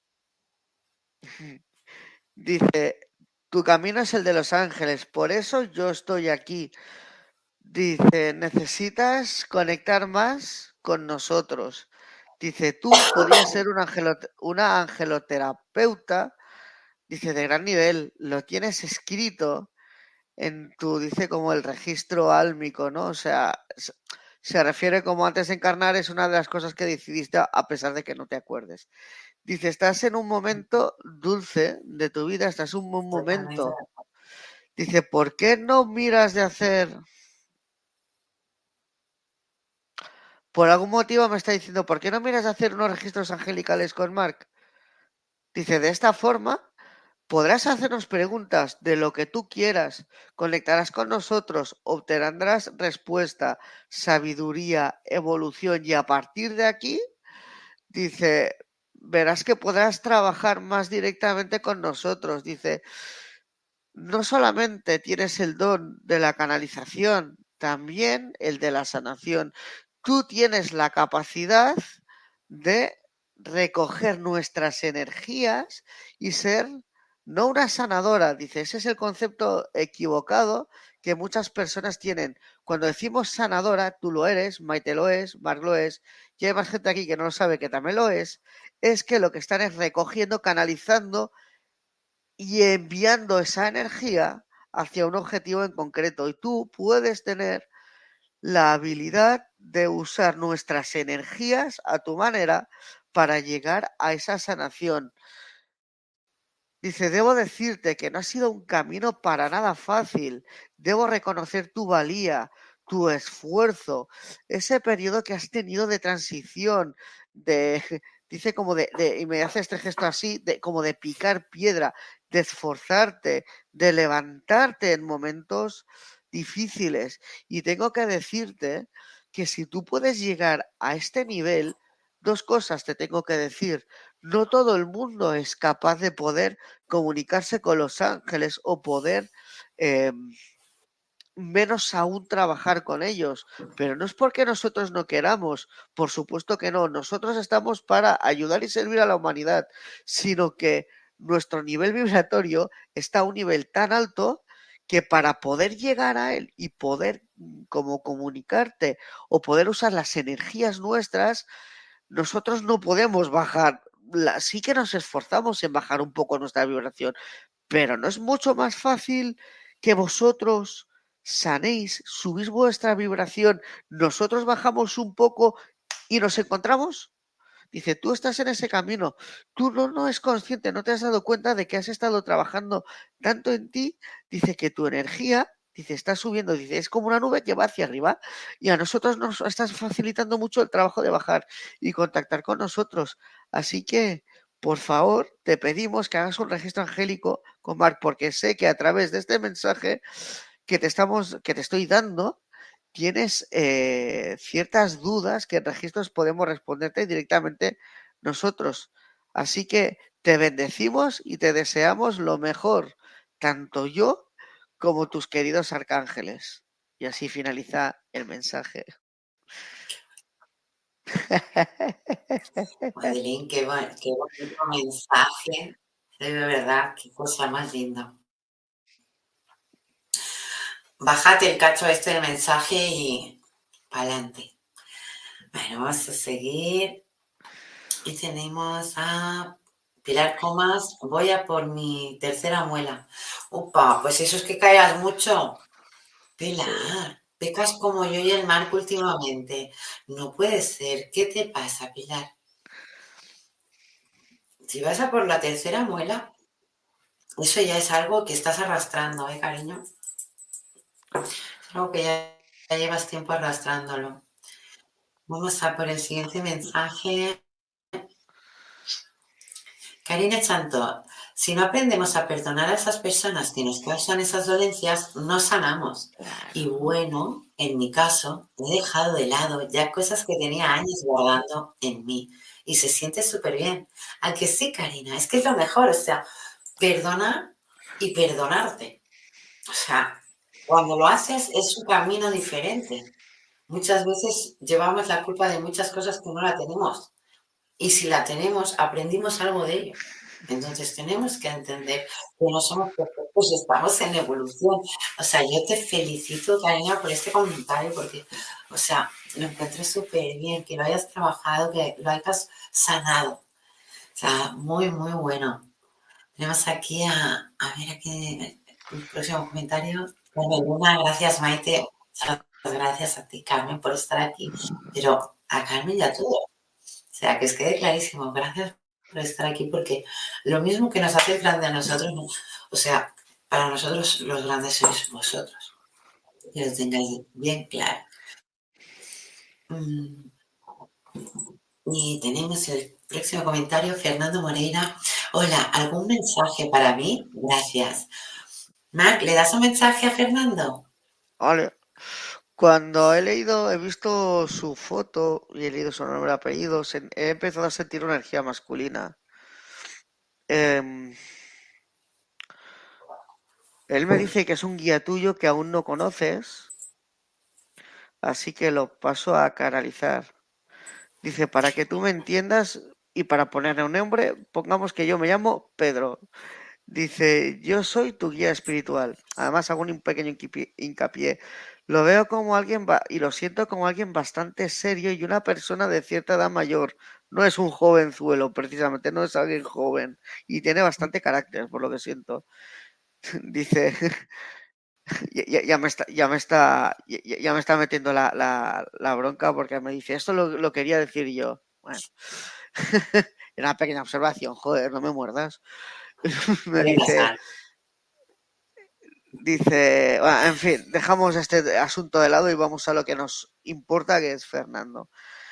dice, tu camino es el de los ángeles, por eso yo estoy aquí. Dice, necesitas conectar más con nosotros. Dice, tú podrías ser un angelo, una angeloterapeuta, dice, de gran nivel, lo tienes escrito en tu, dice, como el registro álmico, ¿no? O sea, se refiere como antes de encarnar es una de las cosas que decidiste a pesar de que no te acuerdes. Dice, estás en un momento dulce de tu vida, estás en un momento. Dice, ¿por qué no miras de hacer... Por algún motivo me está diciendo, ¿por qué no miras de hacer unos registros angelicales con Mark? Dice, de esta forma podrás hacernos preguntas de lo que tú quieras, conectarás con nosotros, obtendrás respuesta, sabiduría, evolución y a partir de aquí, dice, verás que podrás trabajar más directamente con nosotros. Dice, no solamente tienes el don de la canalización, también el de la sanación. Tú tienes la capacidad de recoger nuestras energías y ser no una sanadora. Dice, ese es el concepto equivocado que muchas personas tienen. Cuando decimos sanadora, tú lo eres, Maite lo es, Marc lo es, y hay más gente aquí que no lo sabe que también lo es, es que lo que están es recogiendo, canalizando y enviando esa energía hacia un objetivo en concreto. Y tú puedes tener la habilidad de usar nuestras energías a tu manera para llegar a esa sanación. Dice, debo decirte que no ha sido un camino para nada fácil. Debo reconocer tu valía, tu esfuerzo, ese periodo que has tenido de transición, de, dice como de, de y me hace este gesto así, de, como de picar piedra, de esforzarte, de levantarte en momentos difíciles. Y tengo que decirte que si tú puedes llegar a este nivel, dos cosas te tengo que decir. No todo el mundo es capaz de poder comunicarse con los ángeles o poder, eh, menos aún trabajar con ellos. Pero no es porque nosotros no queramos, por supuesto que no. Nosotros estamos para ayudar y servir a la humanidad, sino que nuestro nivel vibratorio está a un nivel tan alto que para poder llegar a él y poder como comunicarte o poder usar las energías nuestras, nosotros no podemos bajar. La, sí que nos esforzamos en bajar un poco nuestra vibración, pero ¿no es mucho más fácil que vosotros sanéis, subís vuestra vibración, nosotros bajamos un poco y nos encontramos? Dice, tú estás en ese camino, tú no, no es consciente, no te has dado cuenta de que has estado trabajando tanto en ti, dice que tu energía, dice, está subiendo, dice, es como una nube que va hacia arriba y a nosotros nos estás facilitando mucho el trabajo de bajar y contactar con nosotros. Así que, por favor, te pedimos que hagas un registro angélico con Marc, porque sé que a través de este mensaje que te estamos, que te estoy dando, tienes eh, ciertas dudas que en registros podemos responderte directamente nosotros. Así que te bendecimos y te deseamos lo mejor, tanto yo como tus queridos arcángeles. Y así finaliza el mensaje. Madeline, qué, bon- qué bonito mensaje. De verdad, qué cosa más linda. Bájate el cacho este del mensaje y pa'lante. Bueno, vamos a seguir. Y tenemos a Pilar Comas. Voy a por mi tercera muela. Opa, pues eso es que callas mucho. Pilar, pecas como yo y el Marco últimamente. No puede ser. ¿Qué te pasa, Pilar? Si vas a por la tercera muela, eso ya es algo que estás arrastrando, ¿eh, cariño? Es algo que ya, ya llevas tiempo arrastrándolo. Vamos a por el siguiente mensaje. Karina Chanto, si no aprendemos a perdonar a esas personas que nos causan esas dolencias, no sanamos. Y bueno, en mi caso, he dejado de lado ya cosas que tenía años guardando en mí. Y se siente súper bien. ¿A que sí, Karina? Es que es lo mejor. O sea, perdonar y perdonarte. O sea, cuando lo haces es un camino diferente. Muchas veces llevamos la culpa de muchas cosas que no la tenemos. Y si la tenemos, aprendimos algo de ello. Entonces tenemos que entender que no somos perfectos, estamos en evolución. O sea, yo te felicito, Karina, por este comentario, porque, o sea, lo encuentro súper bien, que lo hayas trabajado, que lo hayas sanado. O sea, muy, muy bueno. Tenemos aquí a, a ver, aquí el próximo comentario. Bueno, Luna, gracias, Maite. Muchas gracias a ti, Carmen, por estar aquí. Pero a Carmen ya todo. O sea, que os quede clarísimo. Gracias por estar aquí, porque lo mismo que nos hace grande a nosotros, o sea, para nosotros los grandes sois vosotros. Que lo tengáis bien claro. Mm. Y tenemos el próximo comentario, Fernando Moreira. Hola, ¿algún mensaje para mí? Gracias. Marc, ¿le das un mensaje a Fernando? Vale. Cuando he leído, he visto su foto y he leído su nombre y apellido, he empezado a sentir una energía masculina. Eh, él me dice que es un guía tuyo que aún no conoces, así que lo paso a canalizar. Dice, para que tú me entiendas y para ponerle un nombre, pongamos que yo me llamo Pedro. Dice, yo soy tu guía espiritual. Además, hago un pequeño hincapié. hincapié. Lo veo como alguien ba- y lo siento como alguien bastante serio y una persona de cierta edad mayor. No es un jovenzuelo, precisamente, no es alguien joven. Y tiene bastante carácter, por lo que siento. Dice, ya, ya- ya me está, ya me está, ya, ya me está metiendo la, la- la bronca porque me dice, esto lo, lo quería decir yo. Bueno, era una pequeña observación, joder, no me muerdas. Me Puede dice, pasar. dice, bueno, en fin, dejamos este asunto de lado y vamos a lo que nos importa, que es Fernando.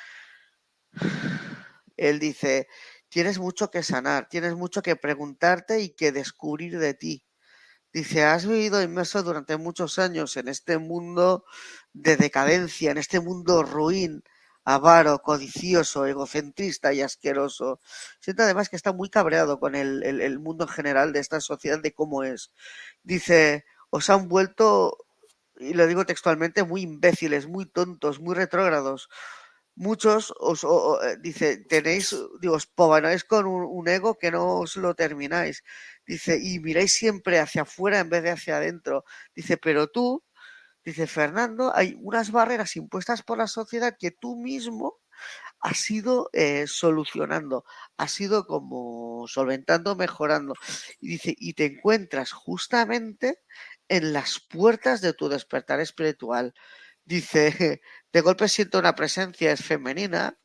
Él dice, tienes mucho que sanar, tienes mucho que preguntarte y que descubrir de ti. Dice, has vivido inmerso durante muchos años en este mundo de decadencia, en este mundo ruin, avaro, codicioso, egocentrista y asqueroso. Siento además que está muy cabreado con el, el, el mundo en general de esta sociedad, de cómo es. Dice, os han vuelto, y lo digo textualmente, muy imbéciles, muy tontos, muy retrógrados. Muchos os, o, o, eh, dice, tenéis, digo, os pavanáis con un, un ego que no os lo termináis. Dice, y miráis siempre hacia afuera en vez de hacia adentro. Dice, pero tú, dice Fernando, hay unas barreras impuestas por la sociedad que tú mismo has ido eh, solucionando, has ido como solventando, mejorando. Y dice, y te encuentras justamente en las puertas de tu despertar espiritual. Dice, de golpe siento una presencia, es femenina.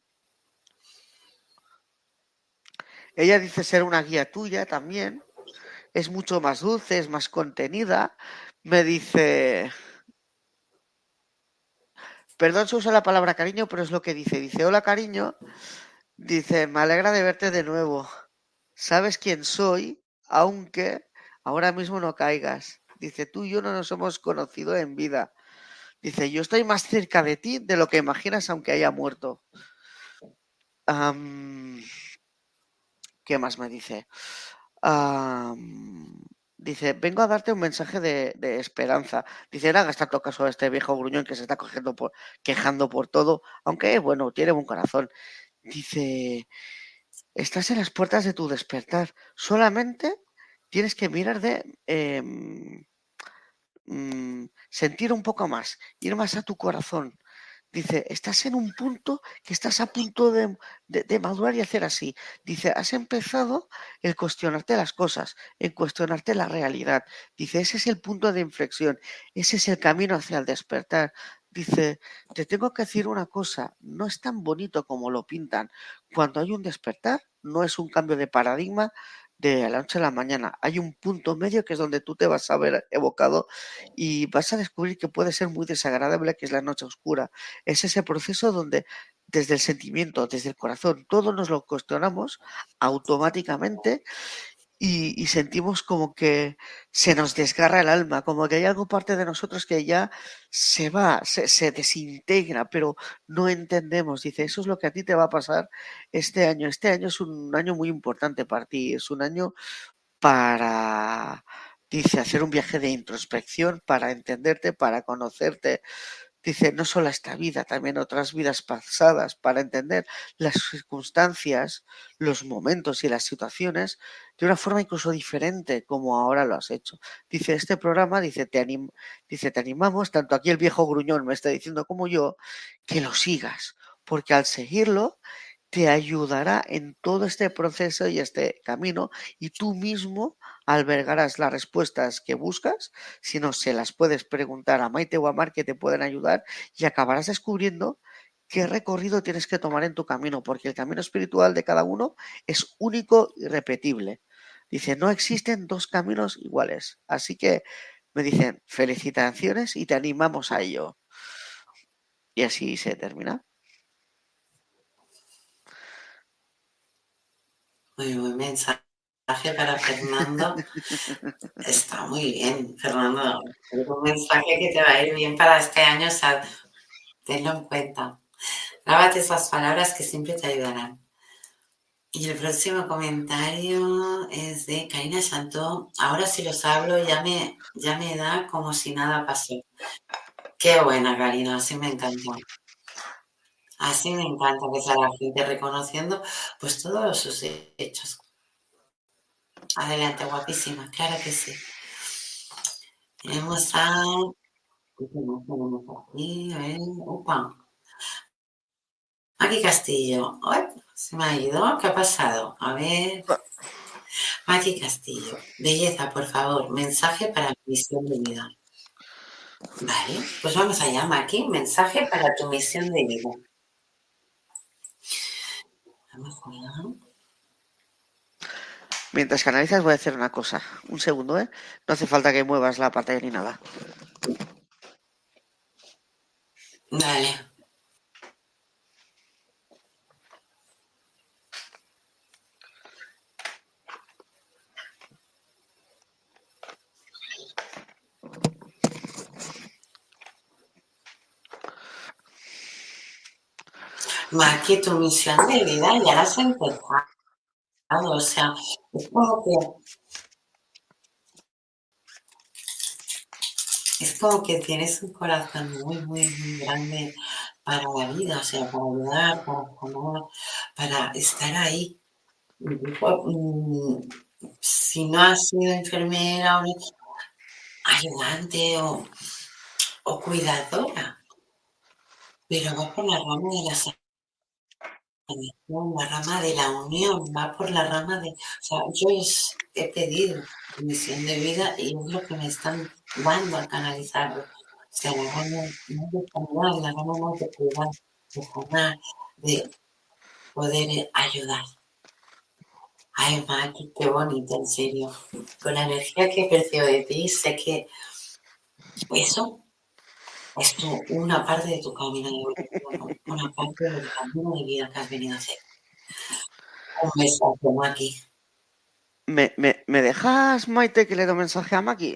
Ella dice ser una guía tuya también. Es mucho más dulce, es más contenida. Me dice, perdón si uso la palabra cariño, pero es lo que dice. Dice, hola cariño. Dice, me alegra de verte de nuevo. Sabes quién soy, aunque ahora mismo no caigas. Dice, tú y yo no nos hemos conocido en vida. Dice, yo estoy más cerca de ti de lo que imaginas aunque haya muerto. Um, ¿Qué más me dice? Um, dice, vengo a darte un mensaje de, de esperanza. Dice, no hagas tanto caso a este viejo gruñón que se está cogiendo por, quejando por todo, aunque, bueno, tiene buen corazón. Dice, estás en las puertas de tu despertar. Solamente tienes que mirar de eh, mm, sentir un poco más, ir más a tu corazón. Dice, estás en un punto que estás a punto de, de, de madurar y hacer así. Dice, has empezado el cuestionarte las cosas, en cuestionarte la realidad. Dice, ese es el punto de inflexión, ese es el camino hacia el despertar. Dice, te tengo que decir una cosa, no es tan bonito como lo pintan. Cuando hay un despertar, no es un cambio de paradigma de la noche a la mañana. Hay un punto medio que es donde tú te vas a ver evocado y vas a descubrir que puede ser muy desagradable, que es la noche oscura. Es ese proceso donde desde el sentimiento, desde el corazón, todo nos lo cuestionamos automáticamente y, y sentimos como que se nos desgarra el alma, como que hay algo parte de nosotros que ya se va, se, se desintegra, pero no entendemos. Dice, eso es lo que a ti te va a pasar este año. Este año es un año muy importante para ti, es un año para, dice, hacer un viaje de introspección, para entenderte, para conocerte. Dice, no solo esta vida, también otras vidas pasadas, para entender las circunstancias, los momentos y las situaciones de una forma incluso diferente como ahora lo has hecho. Dice, este programa, dice, te, anim dice, te animamos, tanto aquí el viejo gruñón me está diciendo como yo, que lo sigas, porque al seguirlo te ayudará en todo este proceso y este camino y tú mismo albergarás las respuestas que buscas, si no se las puedes preguntar a Maite o a Mar que te pueden ayudar y acabarás descubriendo qué recorrido tienes que tomar en tu camino, porque el camino espiritual de cada uno es único y repetible. Dice, no existen dos caminos iguales. Así que me dicen, felicitaciones y te animamos a ello. Y así se termina. Muy buen mensaje para Fernando. Está muy bien, Fernando. Es un mensaje que te va a ir bien para este año, o sea, tenlo en cuenta. Grábate esas palabras que siempre te ayudarán. Y el próximo comentario es de Karina Santó. Ahora si los hablo ya me, ya me da como si nada pasó. Qué buena, Karina, así me encanta. Así me encanta que sea la gente reconociendo pues todos sus hechos. Adelante, guapísima, claro que sí. Tenemos a... ¿Qué tenemos? Tenemos aquí, a ver, opa. Maki Castillo. Ay, se me ha ido. ¿Qué ha pasado? A ver. Maki Castillo. Belleza, por favor. Mensaje para mi misión de vida. Vale, pues vamos allá, Maki. Mensaje para tu misión de vida. Vamos allá. Mientras que analizas voy a hacer una cosa. Un segundo, ¿eh? No hace falta que muevas la pantalla ni nada. Vale. Maki, tu misión de vida ya la has empezado. O sea, es como que es como que tienes un corazón muy, muy, muy grande para la vida, o sea, para ayudar, para sanar, para estar ahí. Incluso, mm, si no has sido enfermera o ayudante o, o cuidadora, pero va por la rama de la sanación, la rama de la unión, va por la rama de... O sea, yo es- he pedido misión de vida y es lo que me están dando a canalizarlo. O sea, la gana más de sanar, la gana más de cuidar, de sanar, de poder eh, ayudar. Ay, Maki, qué bonito, en serio. Con la energía que percibo de ti, sé que eso es tu, una parte de tu camino de evolución, una parte del camino de vida que has venido a hacer. Un besazo, Maki. ¿Me, me, ¿me dejas, Maite, que le doy mensaje a Maki?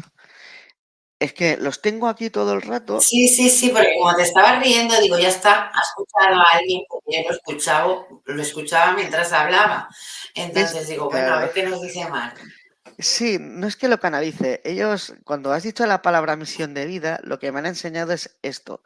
Es que los tengo aquí todo el rato. Sí, sí, sí, porque como te estabas riendo, digo, ya está, ha escuchado a alguien, porque yo lo escuchaba, lo escuchaba mientras hablaba. Es, Entonces digo, bueno, a claro. ver qué nos dice Mar. Sí, no es que lo canalice. Ellos, cuando has dicho la palabra misión de vida, lo que me han enseñado es esto.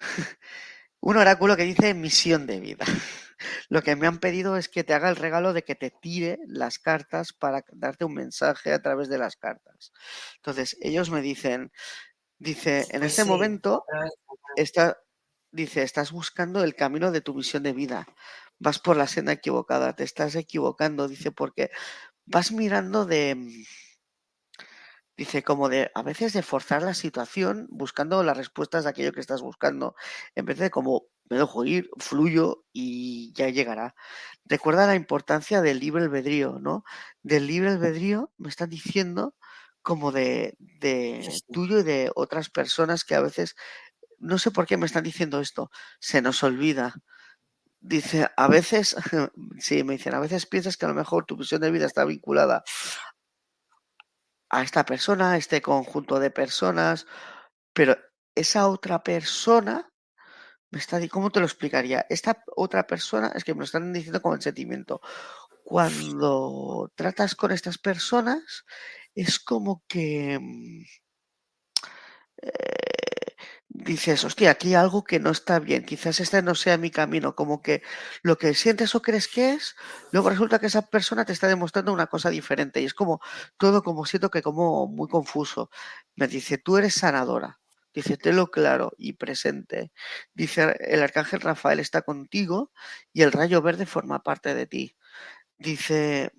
Un oráculo que dice misión de vida. Lo que me han pedido es que te haga el regalo de que te tire las cartas para darte un mensaje a través de las cartas. Entonces, ellos me dicen, dice, en Pues este sí, momento, aprovecha. está, dice, estás buscando el camino de tu misión de vida. Vas por la senda equivocada, te estás equivocando, dice, porque vas mirando de, dice, como de, a veces de forzar la situación buscando las respuestas de aquello que estás buscando, en vez de como, me dejo ir, fluyo y ya llegará. Recuerda la importancia del libre albedrío, ¿no? Del libre albedrío me están diciendo como de, de tuyo y de otras personas que a veces, no sé por qué me están diciendo esto, se nos olvida. Dice, a veces, sí, me dicen, a veces piensas que a lo mejor tu visión de vida está vinculada a esta persona, a este conjunto de personas, pero esa otra persona me está diciendo, ¿cómo te lo explicaría? Esta otra persona, es que me lo están diciendo como el sentimiento. Cuando tratas con estas personas, es como que eh, dices, hostia, aquí hay algo que no está bien, quizás este no sea mi camino, como que lo que sientes o crees que es, luego resulta que esa persona te está demostrando una cosa diferente y es como todo como siento que como muy confuso. Me dice, tú eres sanadora. Dice, tenlo claro y presente. Dice, el arcángel Rafael está contigo y el rayo verde forma parte de ti. Dice,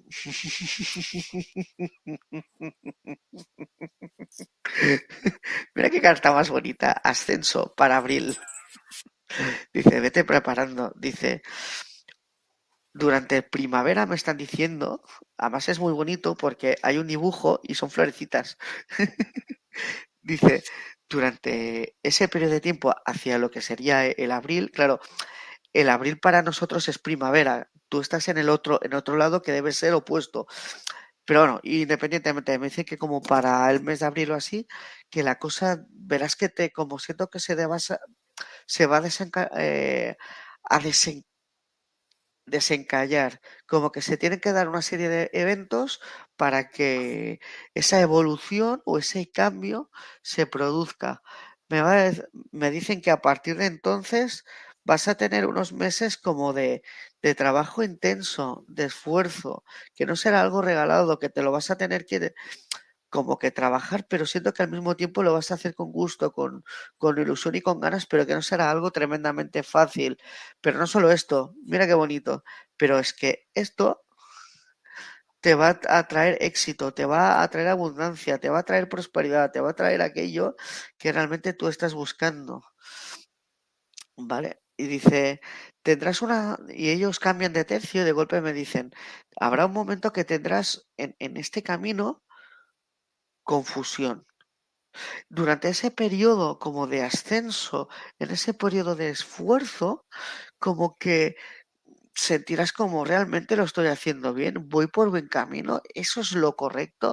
mira qué carta más bonita, ascenso para abril. Dice, vete preparando. Dice, durante primavera me están diciendo, además es muy bonito porque hay un dibujo y son florecitas. Dice, durante ese periodo de tiempo hacia lo que sería el abril, claro, el abril para nosotros es primavera. Tú estás en el otro, en otro lado que debe ser opuesto. Pero bueno, independientemente, me dice que como para el mes de abril o así, que la cosa, verás que te, como siento que se, deba, se va a, desenca, eh, a desen, desencallar, como que se tienen que dar una serie de eventos para que esa evolución o ese cambio se produzca. Me, va a, me dicen que a partir de entonces vas a tener unos meses como de, de trabajo intenso, de esfuerzo, que no será algo regalado, que te lo vas a tener que como que trabajar, pero siento que al mismo tiempo lo vas a hacer con gusto, con, con ilusión y con ganas, pero que no será algo tremendamente fácil. Pero no solo esto, mira qué bonito, pero es que esto te va a traer éxito, te va a traer abundancia, te va a traer prosperidad, te va a traer aquello que realmente tú estás buscando, ¿vale? Y dice, tendrás una, y ellos cambian de tercio y de golpe me dicen, habrá un momento que tendrás en, en este camino confusión. Durante ese periodo como de ascenso, en ese periodo de esfuerzo, como que sentirás como realmente lo estoy haciendo bien, voy por buen camino, eso es lo correcto.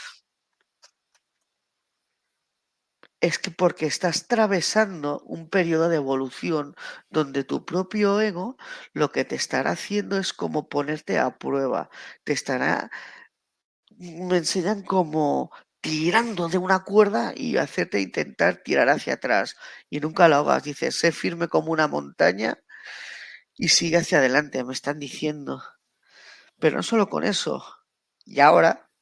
Es que porque estás atravesando un periodo de evolución donde tu propio ego lo que te estará haciendo es como ponerte a prueba, te estará, me enseñan como tirando de una cuerda y hacerte intentar tirar hacia atrás y nunca lo hagas, dices, sé firme como una montaña y sigue hacia adelante, me están diciendo. Pero no solo con eso, y ahora,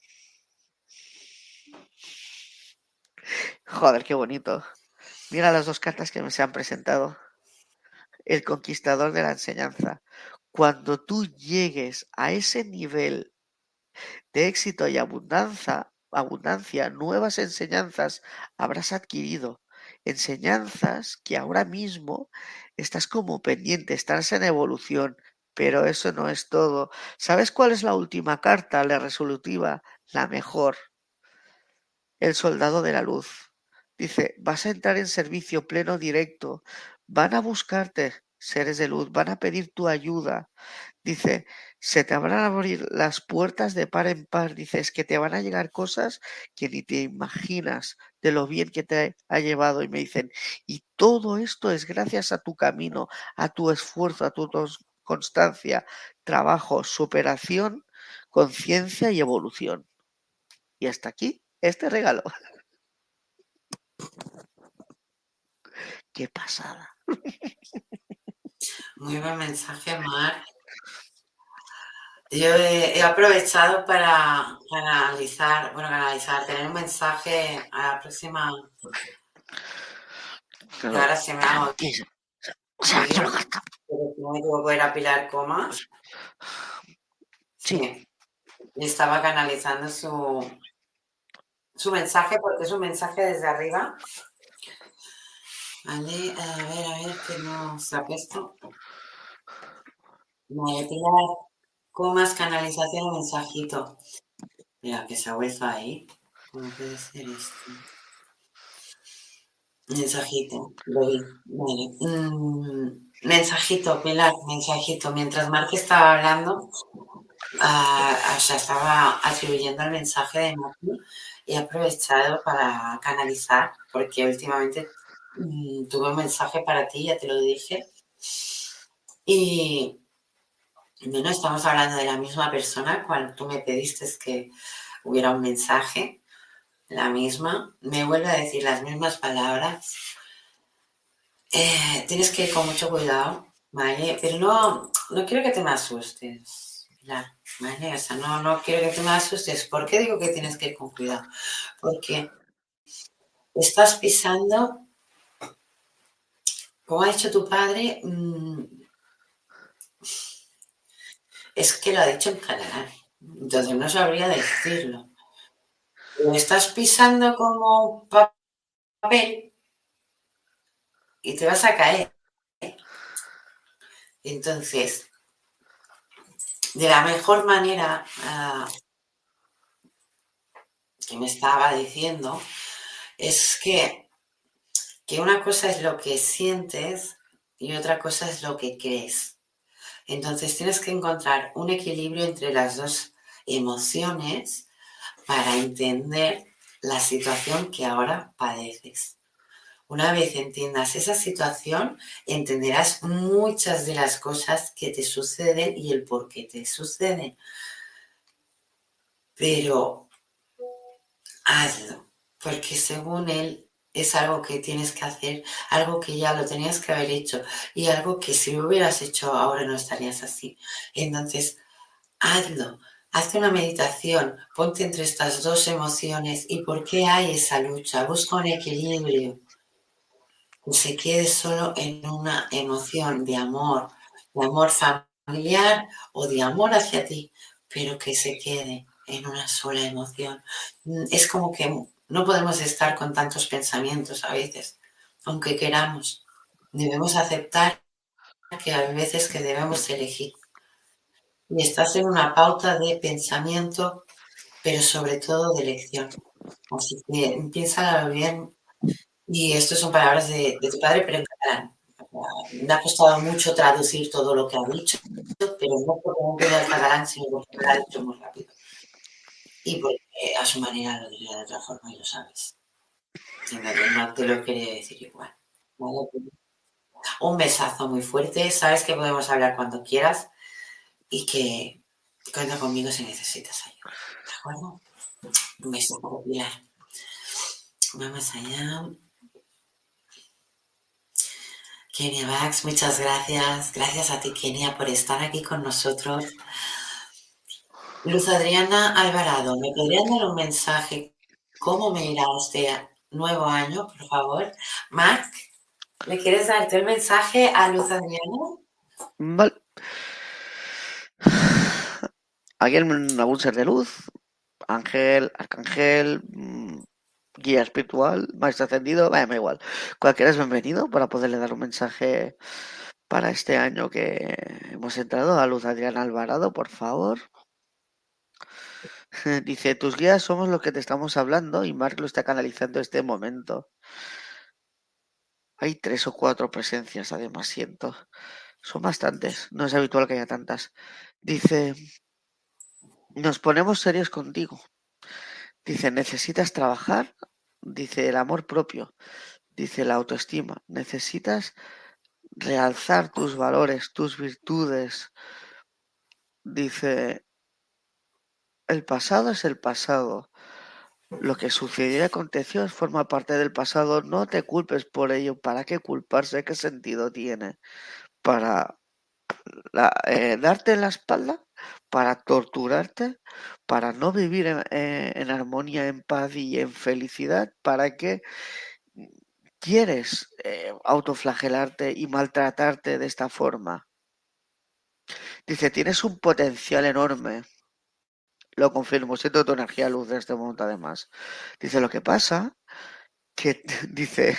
joder, qué bonito. Mira las dos cartas que me se han presentado. El conquistador de la enseñanza. Cuando tú llegues a ese nivel de éxito y abundancia, abundancia, nuevas enseñanzas habrás adquirido. Enseñanzas que ahora mismo estás como pendiente, estás en evolución, pero eso no es todo. ¿Sabes cuál es la última carta, la resolutiva, la mejor? El soldado de la luz. Dice, vas a entrar en servicio pleno directo, van a buscarte seres de luz, van a pedir tu ayuda. Dice, se te van a abrir las puertas de par en par. Dices que te van a llegar cosas que ni te imaginas de lo bien que te ha llevado. Y me dicen, y todo esto es gracias a tu camino, a tu esfuerzo, a tu constancia, trabajo, superación, conciencia y evolución. Y hasta aquí este regalo. Qué pasada. Muy buen mensaje, Mar. Yo he, he aprovechado para canalizar, bueno, canalizar, tener un mensaje a la próxima. Y Pero, ahora se me ha tranquilo. O sea, que lo ocurrido, gasta. pero si no me equivoco era Pilar Comas. Sí. Sí, y estaba canalizando su, su mensaje, porque es un mensaje desde arriba. Vale, a ver, a ver, que no se ha puesto. Vale, Pilar Comas, canalización o mensajito. Mira, que se ha vuelto ahí. ¿Cómo puede ser esto? Mensajito, lo vi. Vale. Mm, mensajito, Pilar, mensajito. Mientras Marc estaba hablando, ah, o sea, estaba atribuyendo el mensaje de Marc y he aprovechado para canalizar, porque últimamente mm, tuve un mensaje para ti, ya te lo dije. Y bueno, estamos hablando de la misma persona. Cuando tú me pediste que hubiera un mensaje, la misma, me vuelve a decir las mismas palabras. Eh, tienes que ir con mucho cuidado, ¿vale? Pero no, no quiero que te me asustes, Pilar, ¿vale? O sea, no, no quiero que te me asustes. ¿Por qué digo que tienes que ir con cuidado? Porque estás pisando, como ha dicho tu padre, mmm, es que lo ha dicho en catalán, entonces no sabría decirlo. Lo estás pisando como papel y te vas a caer. Entonces, de la mejor manera uh, que me estaba diciendo es que, que una cosa es lo que sientes y otra cosa es lo que crees. Entonces tienes que encontrar un equilibrio entre las dos emociones para entender la situación que ahora padeces. Una vez entiendas esa situación, entenderás muchas de las cosas que te suceden y el por qué te suceden. Pero hazlo, porque según él es algo que tienes que hacer, algo que ya lo tenías que haber hecho y algo que si lo hubieras hecho ahora no estarías así. Entonces, hazlo, hazte una meditación, ponte entre estas dos emociones y por qué hay esa lucha, busca un equilibrio, que se quede solo en una emoción de amor, de amor familiar o de amor hacia ti, pero que se quede en una sola emoción. Es como que no podemos estar con tantos pensamientos a veces, aunque queramos. Debemos aceptar que hay veces que debemos elegir. Y estás en una pauta de pensamiento, pero sobre todo de elección. Así que piénsalo bien. Y esto son palabras de, de tu padre, pero en catalán. Me ha costado mucho traducir todo lo que ha dicho, pero no porque no entienda el catalán, sino porque lo ha dicho muy rápido. Y porque a su manera lo diría de otra forma y lo sabes. Entonces no te lo quería decir igual. ¿Vale? Un besazo muy fuerte. Sabes que podemos hablar cuando quieras y que cuenta conmigo si necesitas ayuda. ¿De acuerdo? Un beso, Pilar. Vamos allá. Kenia Bax, muchas gracias. Gracias a ti, Kenia, por estar aquí con nosotros. Luz Adriana Alvarado, ¿me podrían dar un mensaje? ¿Cómo me irá este nuevo año, por favor? Marc, ¿le quieres darte el mensaje a Luz Adriana? Vale. ¿Alguien, algún ser de luz? Ángel, arcángel, guía espiritual, maestro ascendido, me da igual. Cualquiera es bienvenido para poderle dar un mensaje para este año que hemos entrado. A Luz Adriana Alvarado, por favor. Dice, tus guías somos los que te estamos hablando y Marc lo está canalizando en este momento. Hay tres o cuatro presencias, además siento. Son bastantes, no es habitual que haya tantas. Dice, nos ponemos serios contigo. Dice, necesitas trabajar. Dice, el amor propio. Dice, la autoestima. Necesitas realzar tus valores, tus virtudes. Dice, el pasado es el pasado. Lo que sucedió y aconteció forma parte del pasado. No te culpes por ello. ¿Para qué culparse? ¿Qué sentido tiene? ¿Para la, eh, darte en la espalda? ¿Para torturarte? ¿Para no vivir en, eh, en armonía, en paz y en felicidad? ¿Para qué quieres eh, autoflagelarte y maltratarte de esta forma? Dice, tienes un potencial enorme. Lo confirmo, siento tu energía luz de este momento además. Dice, lo que pasa que dice,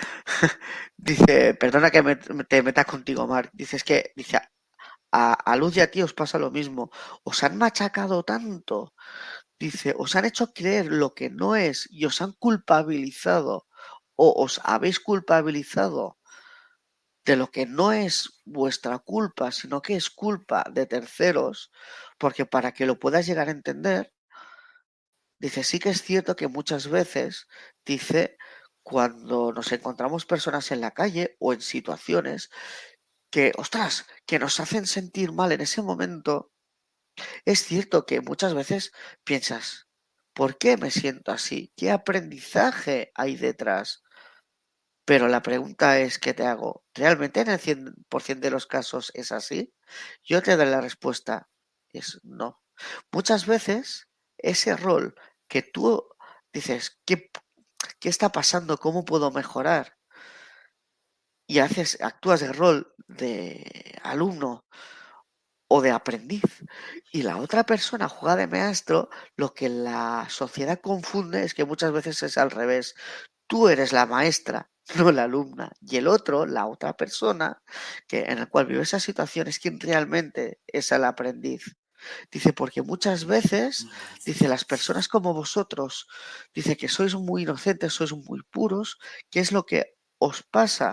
dice, perdona que me, te metas contigo, Marc. Dice, es que, dice, a, a Luz y a ti os pasa lo mismo. Os han machacado tanto. Dice, os han hecho creer lo que no es y os han culpabilizado o os habéis culpabilizado de lo que no es vuestra culpa, sino que es culpa de terceros, porque para que lo puedas llegar a entender, dice, sí que es cierto que muchas veces, dice, cuando nos encontramos personas en la calle o en situaciones que, ostras, que nos hacen sentir mal en ese momento, es cierto que muchas veces piensas, ¿por qué me siento así? ¿Qué aprendizaje hay detrás? Pero la pregunta es que te hago, ¿realmente en el cien por ciento de los casos es así? Yo te doy la respuesta, es no. Muchas veces ese rol que tú dices, ¿qué, qué está pasando? ¿Cómo puedo mejorar? Y haces, actúas de rol de alumno o de aprendiz. Y la otra persona juega de maestro, lo que la sociedad confunde es que muchas veces es al revés. Tú eres la maestra, no la alumna. Y el otro, la otra persona, que en el cual vive esa situación, es quien realmente es el aprendiz. Dice, porque muchas veces, dice, las personas como vosotros, dice que sois muy inocentes, sois muy puros, ¿qué es lo que os pasa?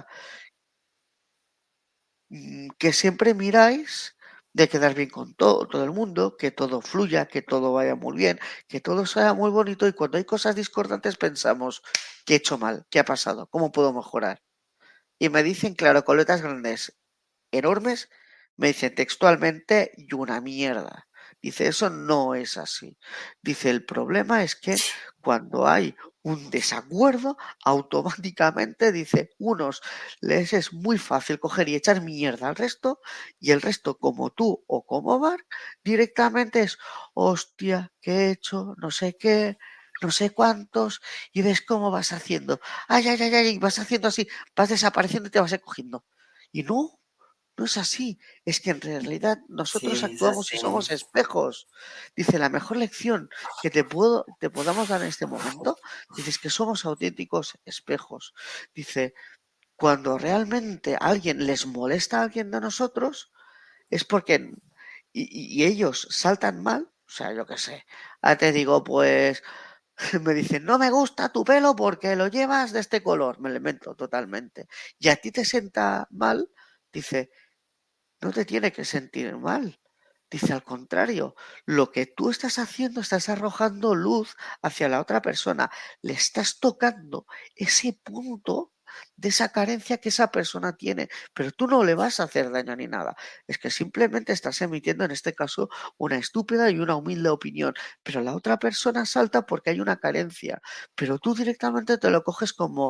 Que siempre miráis de quedar bien con todo, todo el mundo, que todo fluya, que todo vaya muy bien, que todo sea muy bonito y cuando hay cosas discordantes pensamos, ¿qué he hecho mal? ¿Qué ha pasado? ¿Cómo puedo mejorar? Y me dicen, claro, con letras grandes, enormes, me dicen textualmente y una mierda. Dice, eso no es así. Dice, el problema es que cuando hay un desacuerdo, automáticamente dice, unos les es muy fácil coger y echar mierda al resto, y el resto, como tú o como Marc, directamente es, hostia, ¿qué he hecho? No sé qué, no sé cuántos, y ves cómo vas haciendo, ay, ay, ay, ay, y vas haciendo así, vas desapareciendo y te vas cogiendo. Y no, no es así, es que en realidad nosotros Sí, es actuamos y así. somos espejos. Dice, la mejor lección que te, puedo, te podamos dar en este momento, dices que somos auténticos espejos. Dice, cuando realmente a alguien les molesta a alguien de nosotros, es porque, y, y ellos saltan mal, o sea, yo qué sé, ahora te digo, pues, me dicen, no me gusta tu pelo porque lo llevas de este color, me lo invento totalmente, y a ti te sienta mal, dice, no te tiene que sentir mal. Dice al contrario, lo que tú estás haciendo, estás arrojando luz hacia la otra persona, le estás tocando ese punto de esa carencia que esa persona tiene, pero tú no le vas a hacer daño ni nada, es que simplemente estás emitiendo en este caso una estúpida y una humilde opinión, pero la otra persona salta porque hay una carencia, pero tú directamente te lo coges como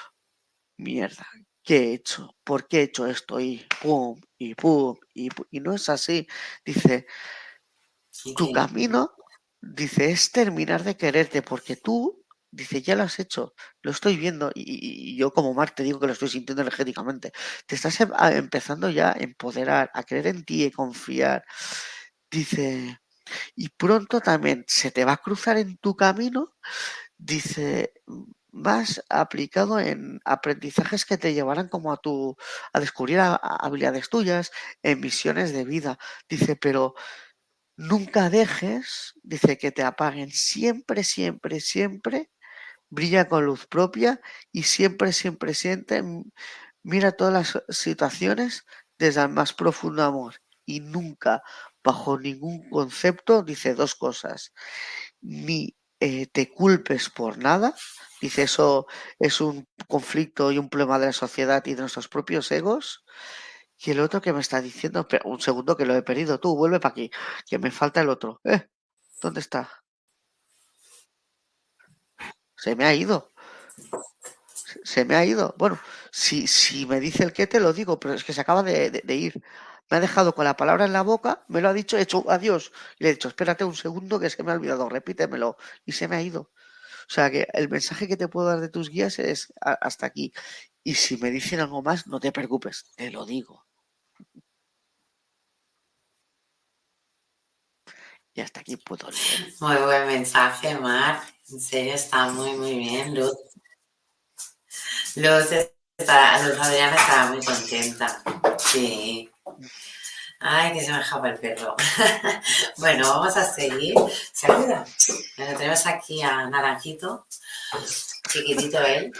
mierda, ¿qué he hecho? ¿Por qué he hecho esto? Y pum, y pum, y pum. Y no es así. Dice, Y tu que, camino, dice, es terminar de quererte, porque tú, dice, ya lo has hecho, lo estoy viendo, y, y yo como Marc te digo que lo estoy sintiendo energéticamente. Te estás em- a- empezando ya a empoderar, a creer en ti, a confiar. Dice, y pronto también se te va a cruzar en tu camino, dice, más aplicado en aprendizajes que te llevarán como a tu a descubrir a- a habilidades tuyas, en misiones de vida. Dice, pero nunca dejes, dice, que te apaguen. Siempre, siempre, siempre brilla con luz propia y siempre, siempre siente, mira todas las situaciones desde el más profundo amor y nunca, bajo ningún concepto, dice dos cosas, ni eh, te culpes por nada, dice eso es un conflicto y un problema de la sociedad y de nuestros propios egos, y el otro que me está diciendo, espera, un segundo que lo he perdido, tú vuelve para aquí, que me falta el otro, ¿eh? ¿Dónde está? Se me ha ido. Se me ha ido. Bueno, si, si me dice el que te lo digo, pero es que se acaba de, de, de ir. Me ha dejado con la palabra en la boca, me lo ha dicho, he hecho adiós. Y le he dicho, espérate un segundo que se me ha olvidado, repítemelo. Y se me ha ido. O sea que el mensaje que te puedo dar de tus guías es a, hasta aquí. Y si me dicen algo más, no te preocupes, te lo digo. Y hasta aquí puedo leer. muy buen mensaje, Marc. En serio, está muy, muy bien. Luz, Luz, está, Luz Adriana estaba muy contenta. Sí. Ay, que se me escapa el perro. Bueno, vamos a seguir. Saluda. Bueno, tenemos aquí a Naranjito, chiquitito él.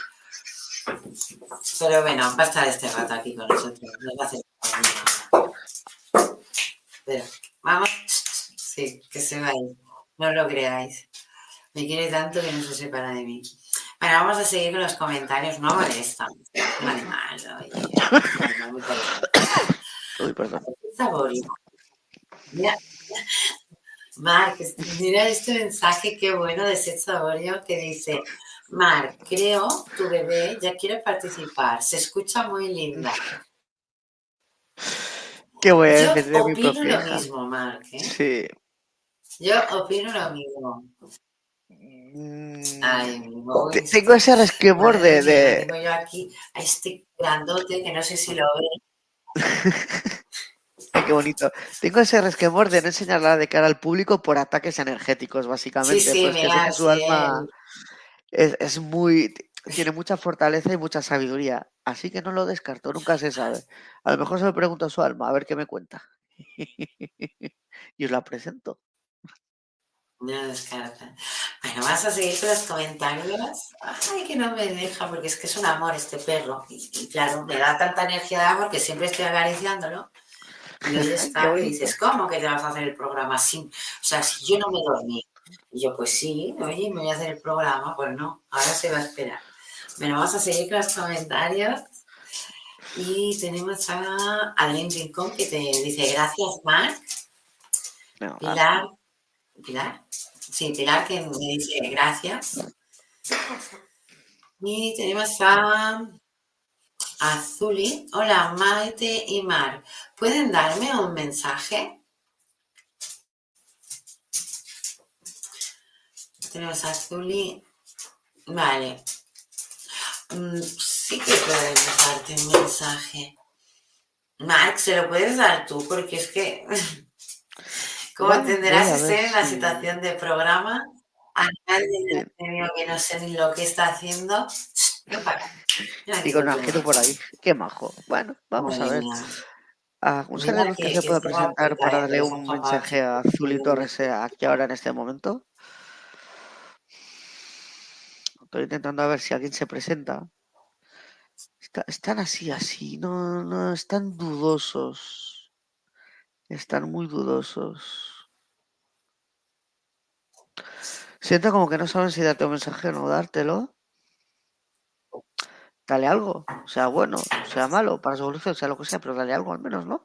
Pero bueno, va a estar este rato aquí con nosotros. Nos va a hacer compañía. Pero, vamos. Sí, que se va a ir. No lo creáis. Me quiere tanto que no se separa de mí. Bueno, vamos a seguir con los comentarios. No molestan. Es un animal, oye. Es un animal muy cariñoso. Uy, perdón. Saborio. Mira, Marc, mira este mensaje, qué bueno de Seth Saborio, que dice, Marc, creo tu bebé ya quiere participar. Se escucha muy linda. ¿Qué voy a Yo decir de mi opino propia lo hija? mismo, Marc, ¿eh? Sí. Yo opino lo mismo. Mm, Ay, mi móvil. tengo ese resquemor Madre de, mía, de... tengo yo aquí a este grandote que no sé si lo ve. Ay, qué bonito. Tengo ese resquemor de no enseñarla de cara al público por ataques energéticos, Sí, básicamente. sí, Pues que sé mira, que su sí, alma es, es muy... tiene mucha fortaleza y mucha sabiduría. Así que no lo descarto, nunca se sabe. A lo mejor se lo pregunto a su alma, a ver qué me cuenta. Y os la presento. no descarta. Bueno, vas a seguir con los comentarios. Ay, que no me deja, porque es que es un amor este perro. Y, y claro, me da tanta energía de amor que siempre estoy acariciándolo. Y hoy Ay, qué está que bonito. dices, ¿cómo que te vas a hacer el programa sin? O sea, si yo no me dormí. Y yo, pues sí, oye, me voy a hacer el programa. Pues no, ahora se va a esperar. Bueno, vamos a seguir con los comentarios. Y tenemos a Adrián Rincón que te dice, gracias, Marc. No, Pilar, Pilar, sí, Pilar que me dice gracias. Y tenemos a Azuli. Hola, Maite y Mar. ¿Pueden darme un mensaje? Tenemos a Azuli. Vale. Mm, sí que podemos darte un mensaje. Max, ¿se lo puedes dar tú? Porque es que, como Bueno, voy entenderás, a estoy ver en la si... situación de programa. A nadie le Sí. ha tenido que no sé ni lo que está haciendo. Ven para acá. Ven Y aquí con un conmigo. angelito por ahí. Qué majo. Bueno, vamos a Madre ver. mía. Ah, un ser de Mira luz que que, se que pueda se va presentar puerta, para ¿eh? darle Pero son un papás. mensaje a Zuli Torres eh, aquí ahora en este momento. Estoy intentando a ver si alguien se presenta. Está- están así, así, no, no, están dudosos. Están muy dudosos. Siento como que no saben si darte un mensaje o no dártelo. Dale algo, sea bueno, sea malo, para su evolución, sea lo que sea, pero dale algo al menos, ¿no?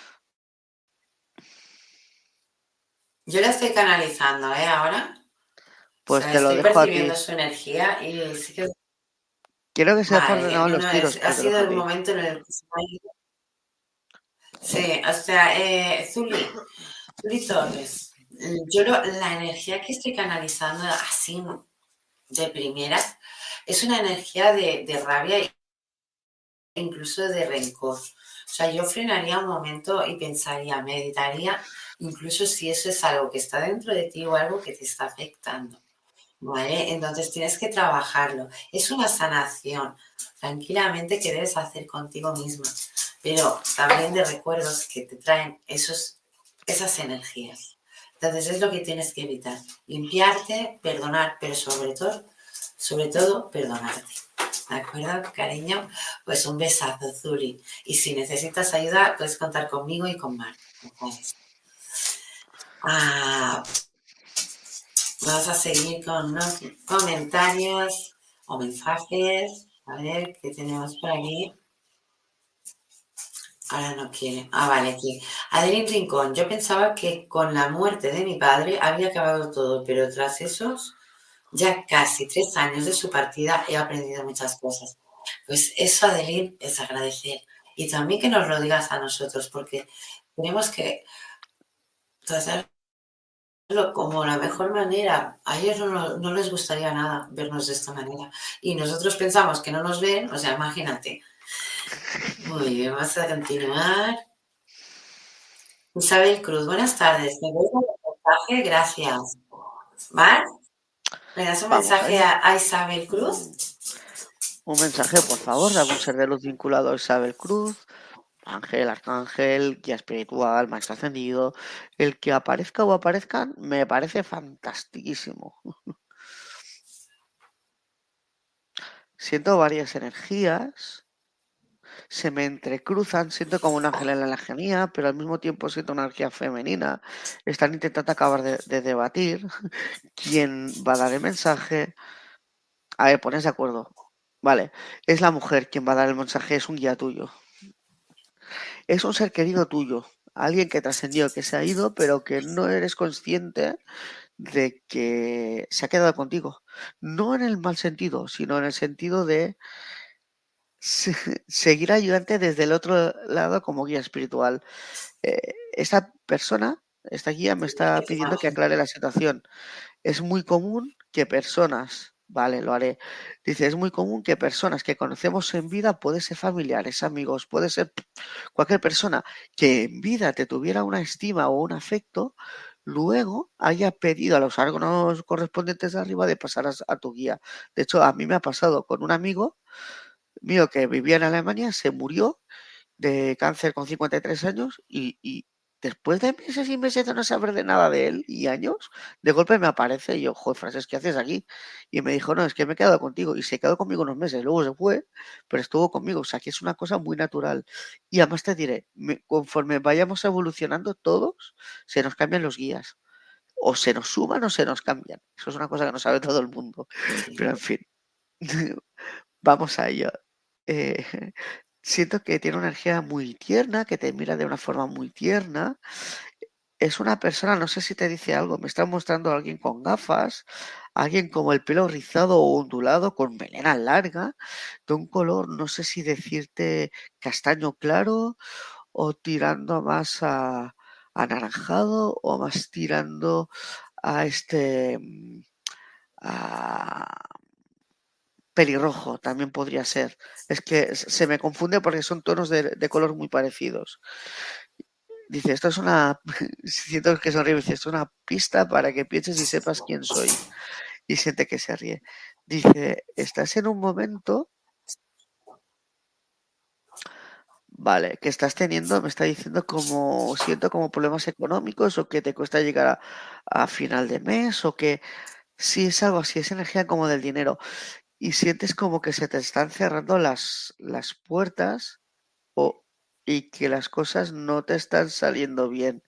Yo la estoy canalizando, ¿eh? Ahora. O Pues sea, te lo estoy dejo a percibiendo ti. su energía y sí que... Quiero que se deje Vale, ordenado no, los no, tiros, es, ha pero te lo dejo sido a el ti. momento en el que se me ha ido. Sí, o sea, eh, Zuli, Zuli Torres. Yo lo- la energía que estoy canalizando así de primeras es una energía de, de rabia e incluso de rencor. O sea, yo frenaría un momento y pensaría, meditaría, incluso si eso es algo que está dentro de ti o algo que te está afectando. ¿Vale? Entonces tienes que trabajarlo. Es una sanación, tranquilamente, que debes hacer contigo misma, pero también de recuerdos que te traen esos, esas energías. Entonces es lo que tienes que evitar. Limpiarte, perdonar, pero sobre todo, sobre todo, perdonarte. ¿De acuerdo, cariño? Pues un besazo, Zuri. Y si necesitas ayuda, puedes contar conmigo y con Marta. Ah, vamos a seguir con unos comentarios o mensajes. A ver, ¿qué tenemos por aquí? Ahora no quiere. Ah, vale, aquí. Adeline Rincón, yo pensaba que con la muerte de mi padre había acabado todo, pero tras esos ya casi tres años de su partida he aprendido muchas cosas. Pues eso, Adeline, es agradecer. Y también que nos lo digas a nosotros, porque tenemos que tratar como la mejor manera. A ellos no, no les gustaría nada vernos de esta manera. Y nosotros pensamos que no nos ven, o sea, imagínate. Muy bien, vamos a continuar. Isabel Cruz, buenas tardes. ¿Me voy a mensaje? Gracias. ¿Mar? ¿Le das un Vamos a mensaje ello. a, a Isabel Cruz? Un mensaje, por favor, de algún ser de luz vinculado a Isabel Cruz, ángel, arcángel, guía espiritual, maestro ascendido. El que aparezca o aparezcan me parece fantastiquísimo. Siento varias energías, se me entrecruzan, siento como un ángel en la lejanía, pero al mismo tiempo siento una energía femenina. Están intentando acabar de, de debatir quién va a dar el mensaje. A ver, pones de acuerdo. Vale, es la mujer quien va a dar el mensaje, es un guía tuyo. Es un ser querido tuyo, alguien que trascendió, que se ha ido, pero que no eres consciente de que se ha quedado contigo. No en el mal sentido, sino en el sentido de seguir ayudante desde el otro lado como guía espiritual. Eh, esta persona, esta guía, me está pidiendo que aclare la situación. Es muy común que personas, vale, lo haré. Dice, es muy común que personas que conocemos en vida, puede ser familiares, amigos, puede ser cualquier persona que en vida te tuviera una estima o un afecto, luego haya pedido a los órganos correspondientes de arriba de pasar a, a tu guía. De hecho, a mí me ha pasado con un amigo mío que vivía en Alemania, se murió de cáncer con cincuenta y tres años y, y después de meses y meses de no saber de nada de él y años, de golpe me aparece y yo, joder, Frances, ¿qué haces aquí? Y me dijo, no, es que me he quedado contigo. Y se quedó conmigo unos meses, luego se fue, pero estuvo conmigo. O sea, que es una cosa muy natural. Y además te diré, me, conforme vayamos evolucionando todos, se nos cambian los guías. O se nos suman o se nos cambian. Eso es una cosa que no sabe todo el mundo. Pero en fin, vamos a ello. Eh, siento que tiene una energía muy tierna, que te mira de una forma muy tierna. Es una persona, no sé si te dice algo, me está mostrando a alguien con gafas, alguien como el pelo rizado o ondulado con melena larga, de un color, no sé si decirte castaño claro o tirando más a anaranjado o más tirando a este mm, a pelirrojo, también podría ser. Es que se me confunde porque son tonos de, de color muy parecidos. Dice, esto es una, siento que sonríe, dice, esto es una pista para que pienses y sepas quién soy. Y siente que se ríe. Dice, estás en un momento, vale, que estás teniendo, me está diciendo como, siento como problemas económicos o que te cuesta llegar a, a final de mes o que si es algo así, es energía como del dinero y sientes como que se te están cerrando las, las puertas o, y que las cosas no te están saliendo bien.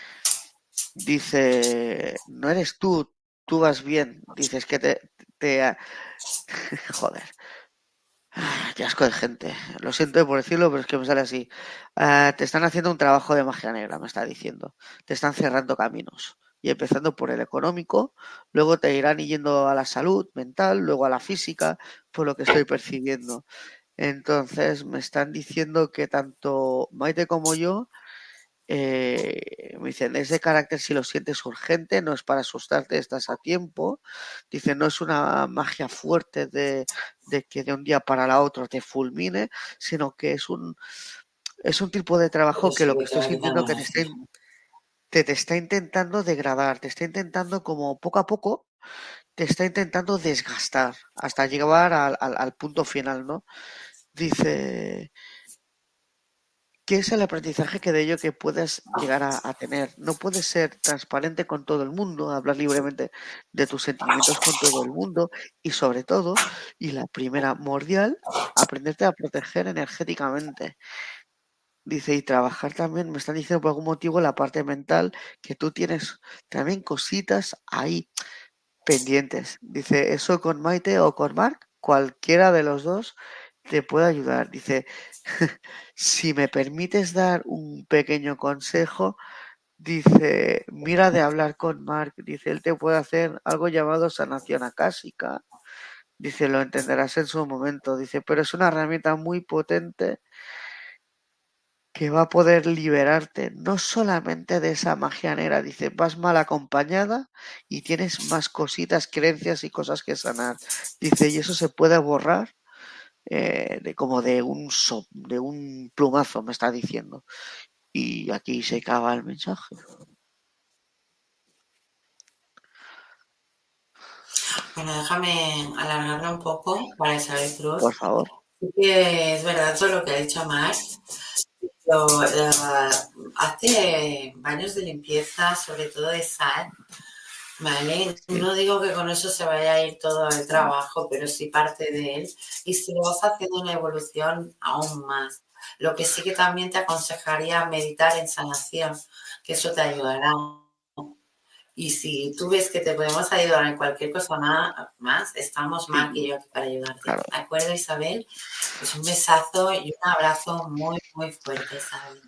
Dice, no eres tú, tú vas bien. Dices que te, te, joder, qué asco de gente. Lo siento por decirlo, pero es que me sale así. Uh, te están haciendo un trabajo de magia negra, me está diciendo. Te están cerrando caminos. Y empezando por el económico, luego te irán yendo a la salud mental, luego a la física, por lo que estoy percibiendo. Entonces me están diciendo que tanto Maite como yo, eh, me dicen, es de carácter si lo sientes urgente, no es para asustarte, estás a tiempo. Dice, no es una magia fuerte de, de que de un día para la otra te fulmine, sino que es un, es un tipo de trabajo Pero que sí lo que que te estoy va quitando sintiendo que te está, energía. te, te está intentando degradar, te está intentando como poco a poco, te está intentando desgastar hasta llegar al, al, al punto final, ¿no? Dice, ¿qué es el aprendizaje que de ello que puedas llegar a, a, tener? No puedes ser transparente con todo el mundo, hablar libremente de tus sentimientos con todo el mundo y sobre todo, y la primera mordial, aprenderte a proteger energéticamente. Dice, y trabajar también, me están diciendo por algún motivo la parte mental, que tú tienes también cositas ahí pendientes. Dice, eso con Maite o con Mark, cualquiera de los dos te puede ayudar. Dice, si me permites dar un pequeño consejo, dice, mira de hablar con Mark. Dice, él te puede hacer algo llamado sanación acásica. Dice, lo entenderás en su momento. Dice, pero es una herramienta muy potente que va a poder liberarte no solamente de esa magia negra, dice, vas mal acompañada y tienes más cositas, creencias y cosas que sanar. Dice, y eso se puede borrar eh, de como de un so, de un plumazo, me está diciendo. Y aquí se acaba el mensaje. Bueno, déjame alargarla un poco para Isabel Por Cruz. favor. Sí que es verdad todo lo que ha dicho Mar. Pero, uh, hace baños de limpieza, sobre todo de sal, ¿vale? Sí. No digo que con eso se vaya a ir todo el trabajo, pero sí parte de él. Y si lo vas haciendo una evolución aún más. Lo que sí que también te aconsejaría meditar en sanación, que eso te ayudará. Y si tú ves que te podemos ayudar en cualquier cosa más, estamos más que yo aquí para ayudarte. Claro. ¿De acuerdo, Isabel? Pues un besazo y un abrazo muy, muy fuerte, Isabel.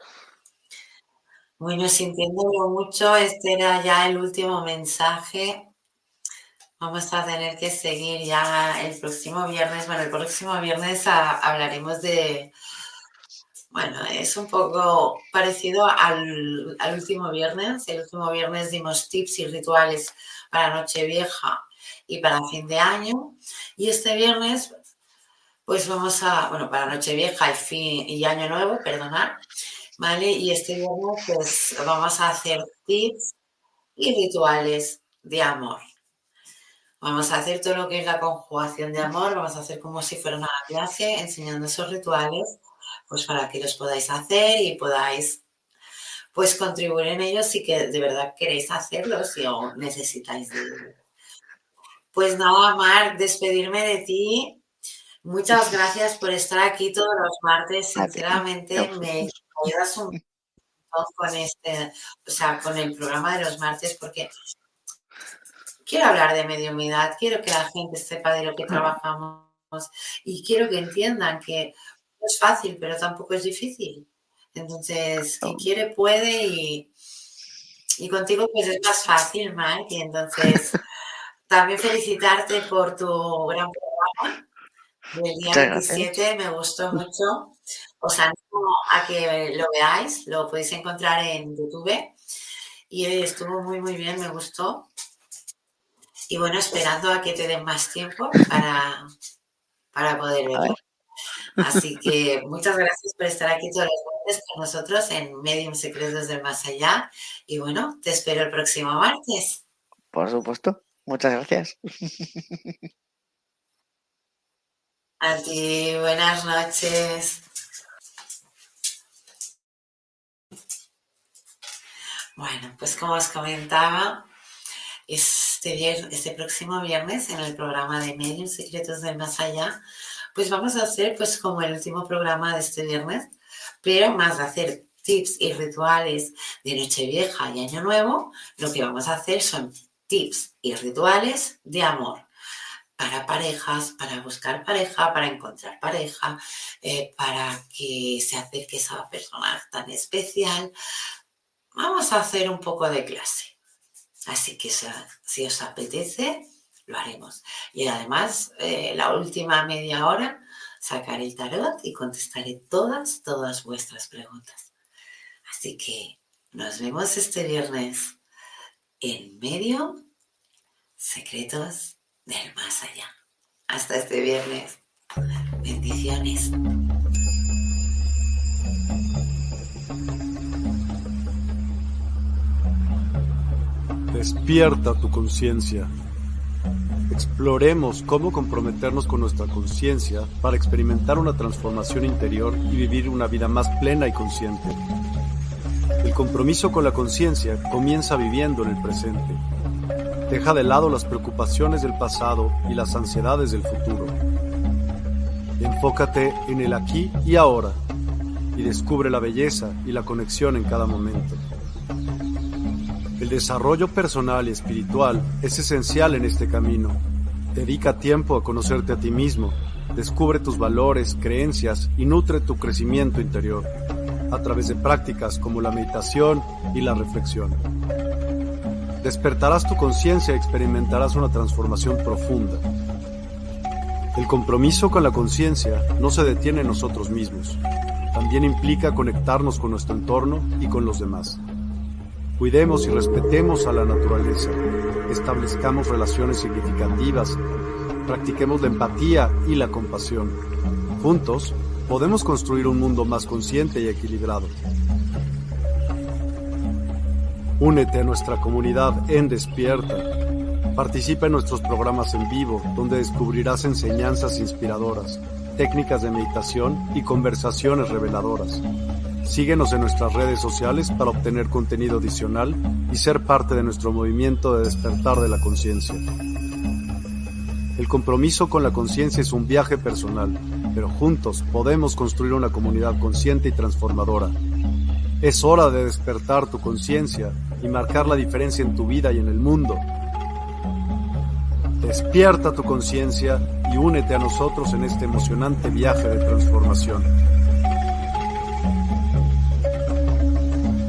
Bueno, sintiéndolo mucho, este era ya el último mensaje. Vamos a tener que seguir ya el próximo viernes. Bueno, el próximo viernes a, hablaremos de... Bueno, es un poco parecido al, al último viernes. El último viernes dimos tips y rituales para Nochevieja y para fin de año. Y este viernes, pues vamos a... Bueno, para Nochevieja y, fin, y Año Nuevo, perdonad. ¿Vale? Y este viernes pues vamos a hacer tips y rituales de amor. Vamos a hacer todo lo que es la conjugación de amor, vamos a hacer como si fuera una clase enseñando esos rituales, pues para que los podáis hacer y podáis pues contribuir en ellos si que de verdad queréis hacerlos si o necesitáis de ellos. Pues nada, Mar, despedirme de ti. Muchas gracias por estar aquí todos los martes. Sinceramente, me ayudas un montón con este, o sea, con el programa de los martes, porque quiero hablar de mediumidad, quiero que la gente sepa de lo que trabajamos y quiero que entiendan que no es fácil, pero tampoco es difícil. Entonces, quien quiere puede y, y contigo pues es más fácil, Mike, y entonces también felicitarte por tu gran programa del día Muchas veintisiete, gracias. me gustó mucho. Os animo a que lo veáis, lo podéis encontrar en YouTube y estuvo muy, muy bien, me gustó. Y bueno, esperando a que te den más tiempo para, para poder A verlo. ver. Así que muchas gracias por estar aquí todos los martes con nosotros en Medium Secretos del Más Allá. Y bueno, te espero el próximo martes. Por supuesto. Muchas gracias. A ti, buenas noches. Bueno, pues como os comentaba, este, vier- este próximo viernes en el programa de Medium Secretos del Más Allá, pues vamos a hacer pues como el último programa de este viernes, pero más de hacer tips y rituales de Nochevieja y Año Nuevo, lo que vamos a hacer son tips y rituales de amor para parejas, para buscar pareja, para encontrar pareja, eh, para que se acerque esa persona tan especial. Vamos a hacer un poco de clase. Así que si os apetece, lo haremos. Y además, eh, la última media hora, sacaré el tarot y contestaré todas, todas vuestras preguntas. Así que nos vemos este viernes en Medium Secretos del Más Allá. Hasta este viernes. Bendiciones. Despierta tu conciencia. Exploremos cómo comprometernos con nuestra conciencia para experimentar una transformación interior y vivir una vida más plena y consciente. El compromiso con la conciencia comienza viviendo en el presente. Deja de lado las preocupaciones del pasado y las ansiedades del futuro. Enfócate en el aquí y ahora y descubre la belleza y la conexión en cada momento. El desarrollo personal y espiritual es esencial en este camino. Dedica tiempo a conocerte a ti mismo, descubre tus valores, creencias y nutre tu crecimiento interior a través de prácticas como la meditación y la reflexión. Despertarás tu conciencia y experimentarás una transformación profunda. El compromiso con la conciencia no se detiene en nosotros mismos. También implica conectarnos con nuestro entorno y con los demás. Cuidemos y respetemos a la naturaleza, establezcamos relaciones significativas, practiquemos la empatía y la compasión. Juntos, podemos construir un mundo más consciente y equilibrado. Únete a nuestra comunidad en Despierta. Participa en nuestros programas en vivo, donde descubrirás enseñanzas inspiradoras, técnicas de meditación y conversaciones reveladoras. Síguenos en nuestras redes sociales para obtener contenido adicional y ser parte de nuestro movimiento de despertar de la conciencia. El compromiso con la conciencia es un viaje personal, pero juntos podemos construir una comunidad consciente y transformadora. Es hora de despertar tu conciencia y marcar la diferencia en tu vida y en el mundo. Despierta tu conciencia y únete a nosotros en este emocionante viaje de transformación.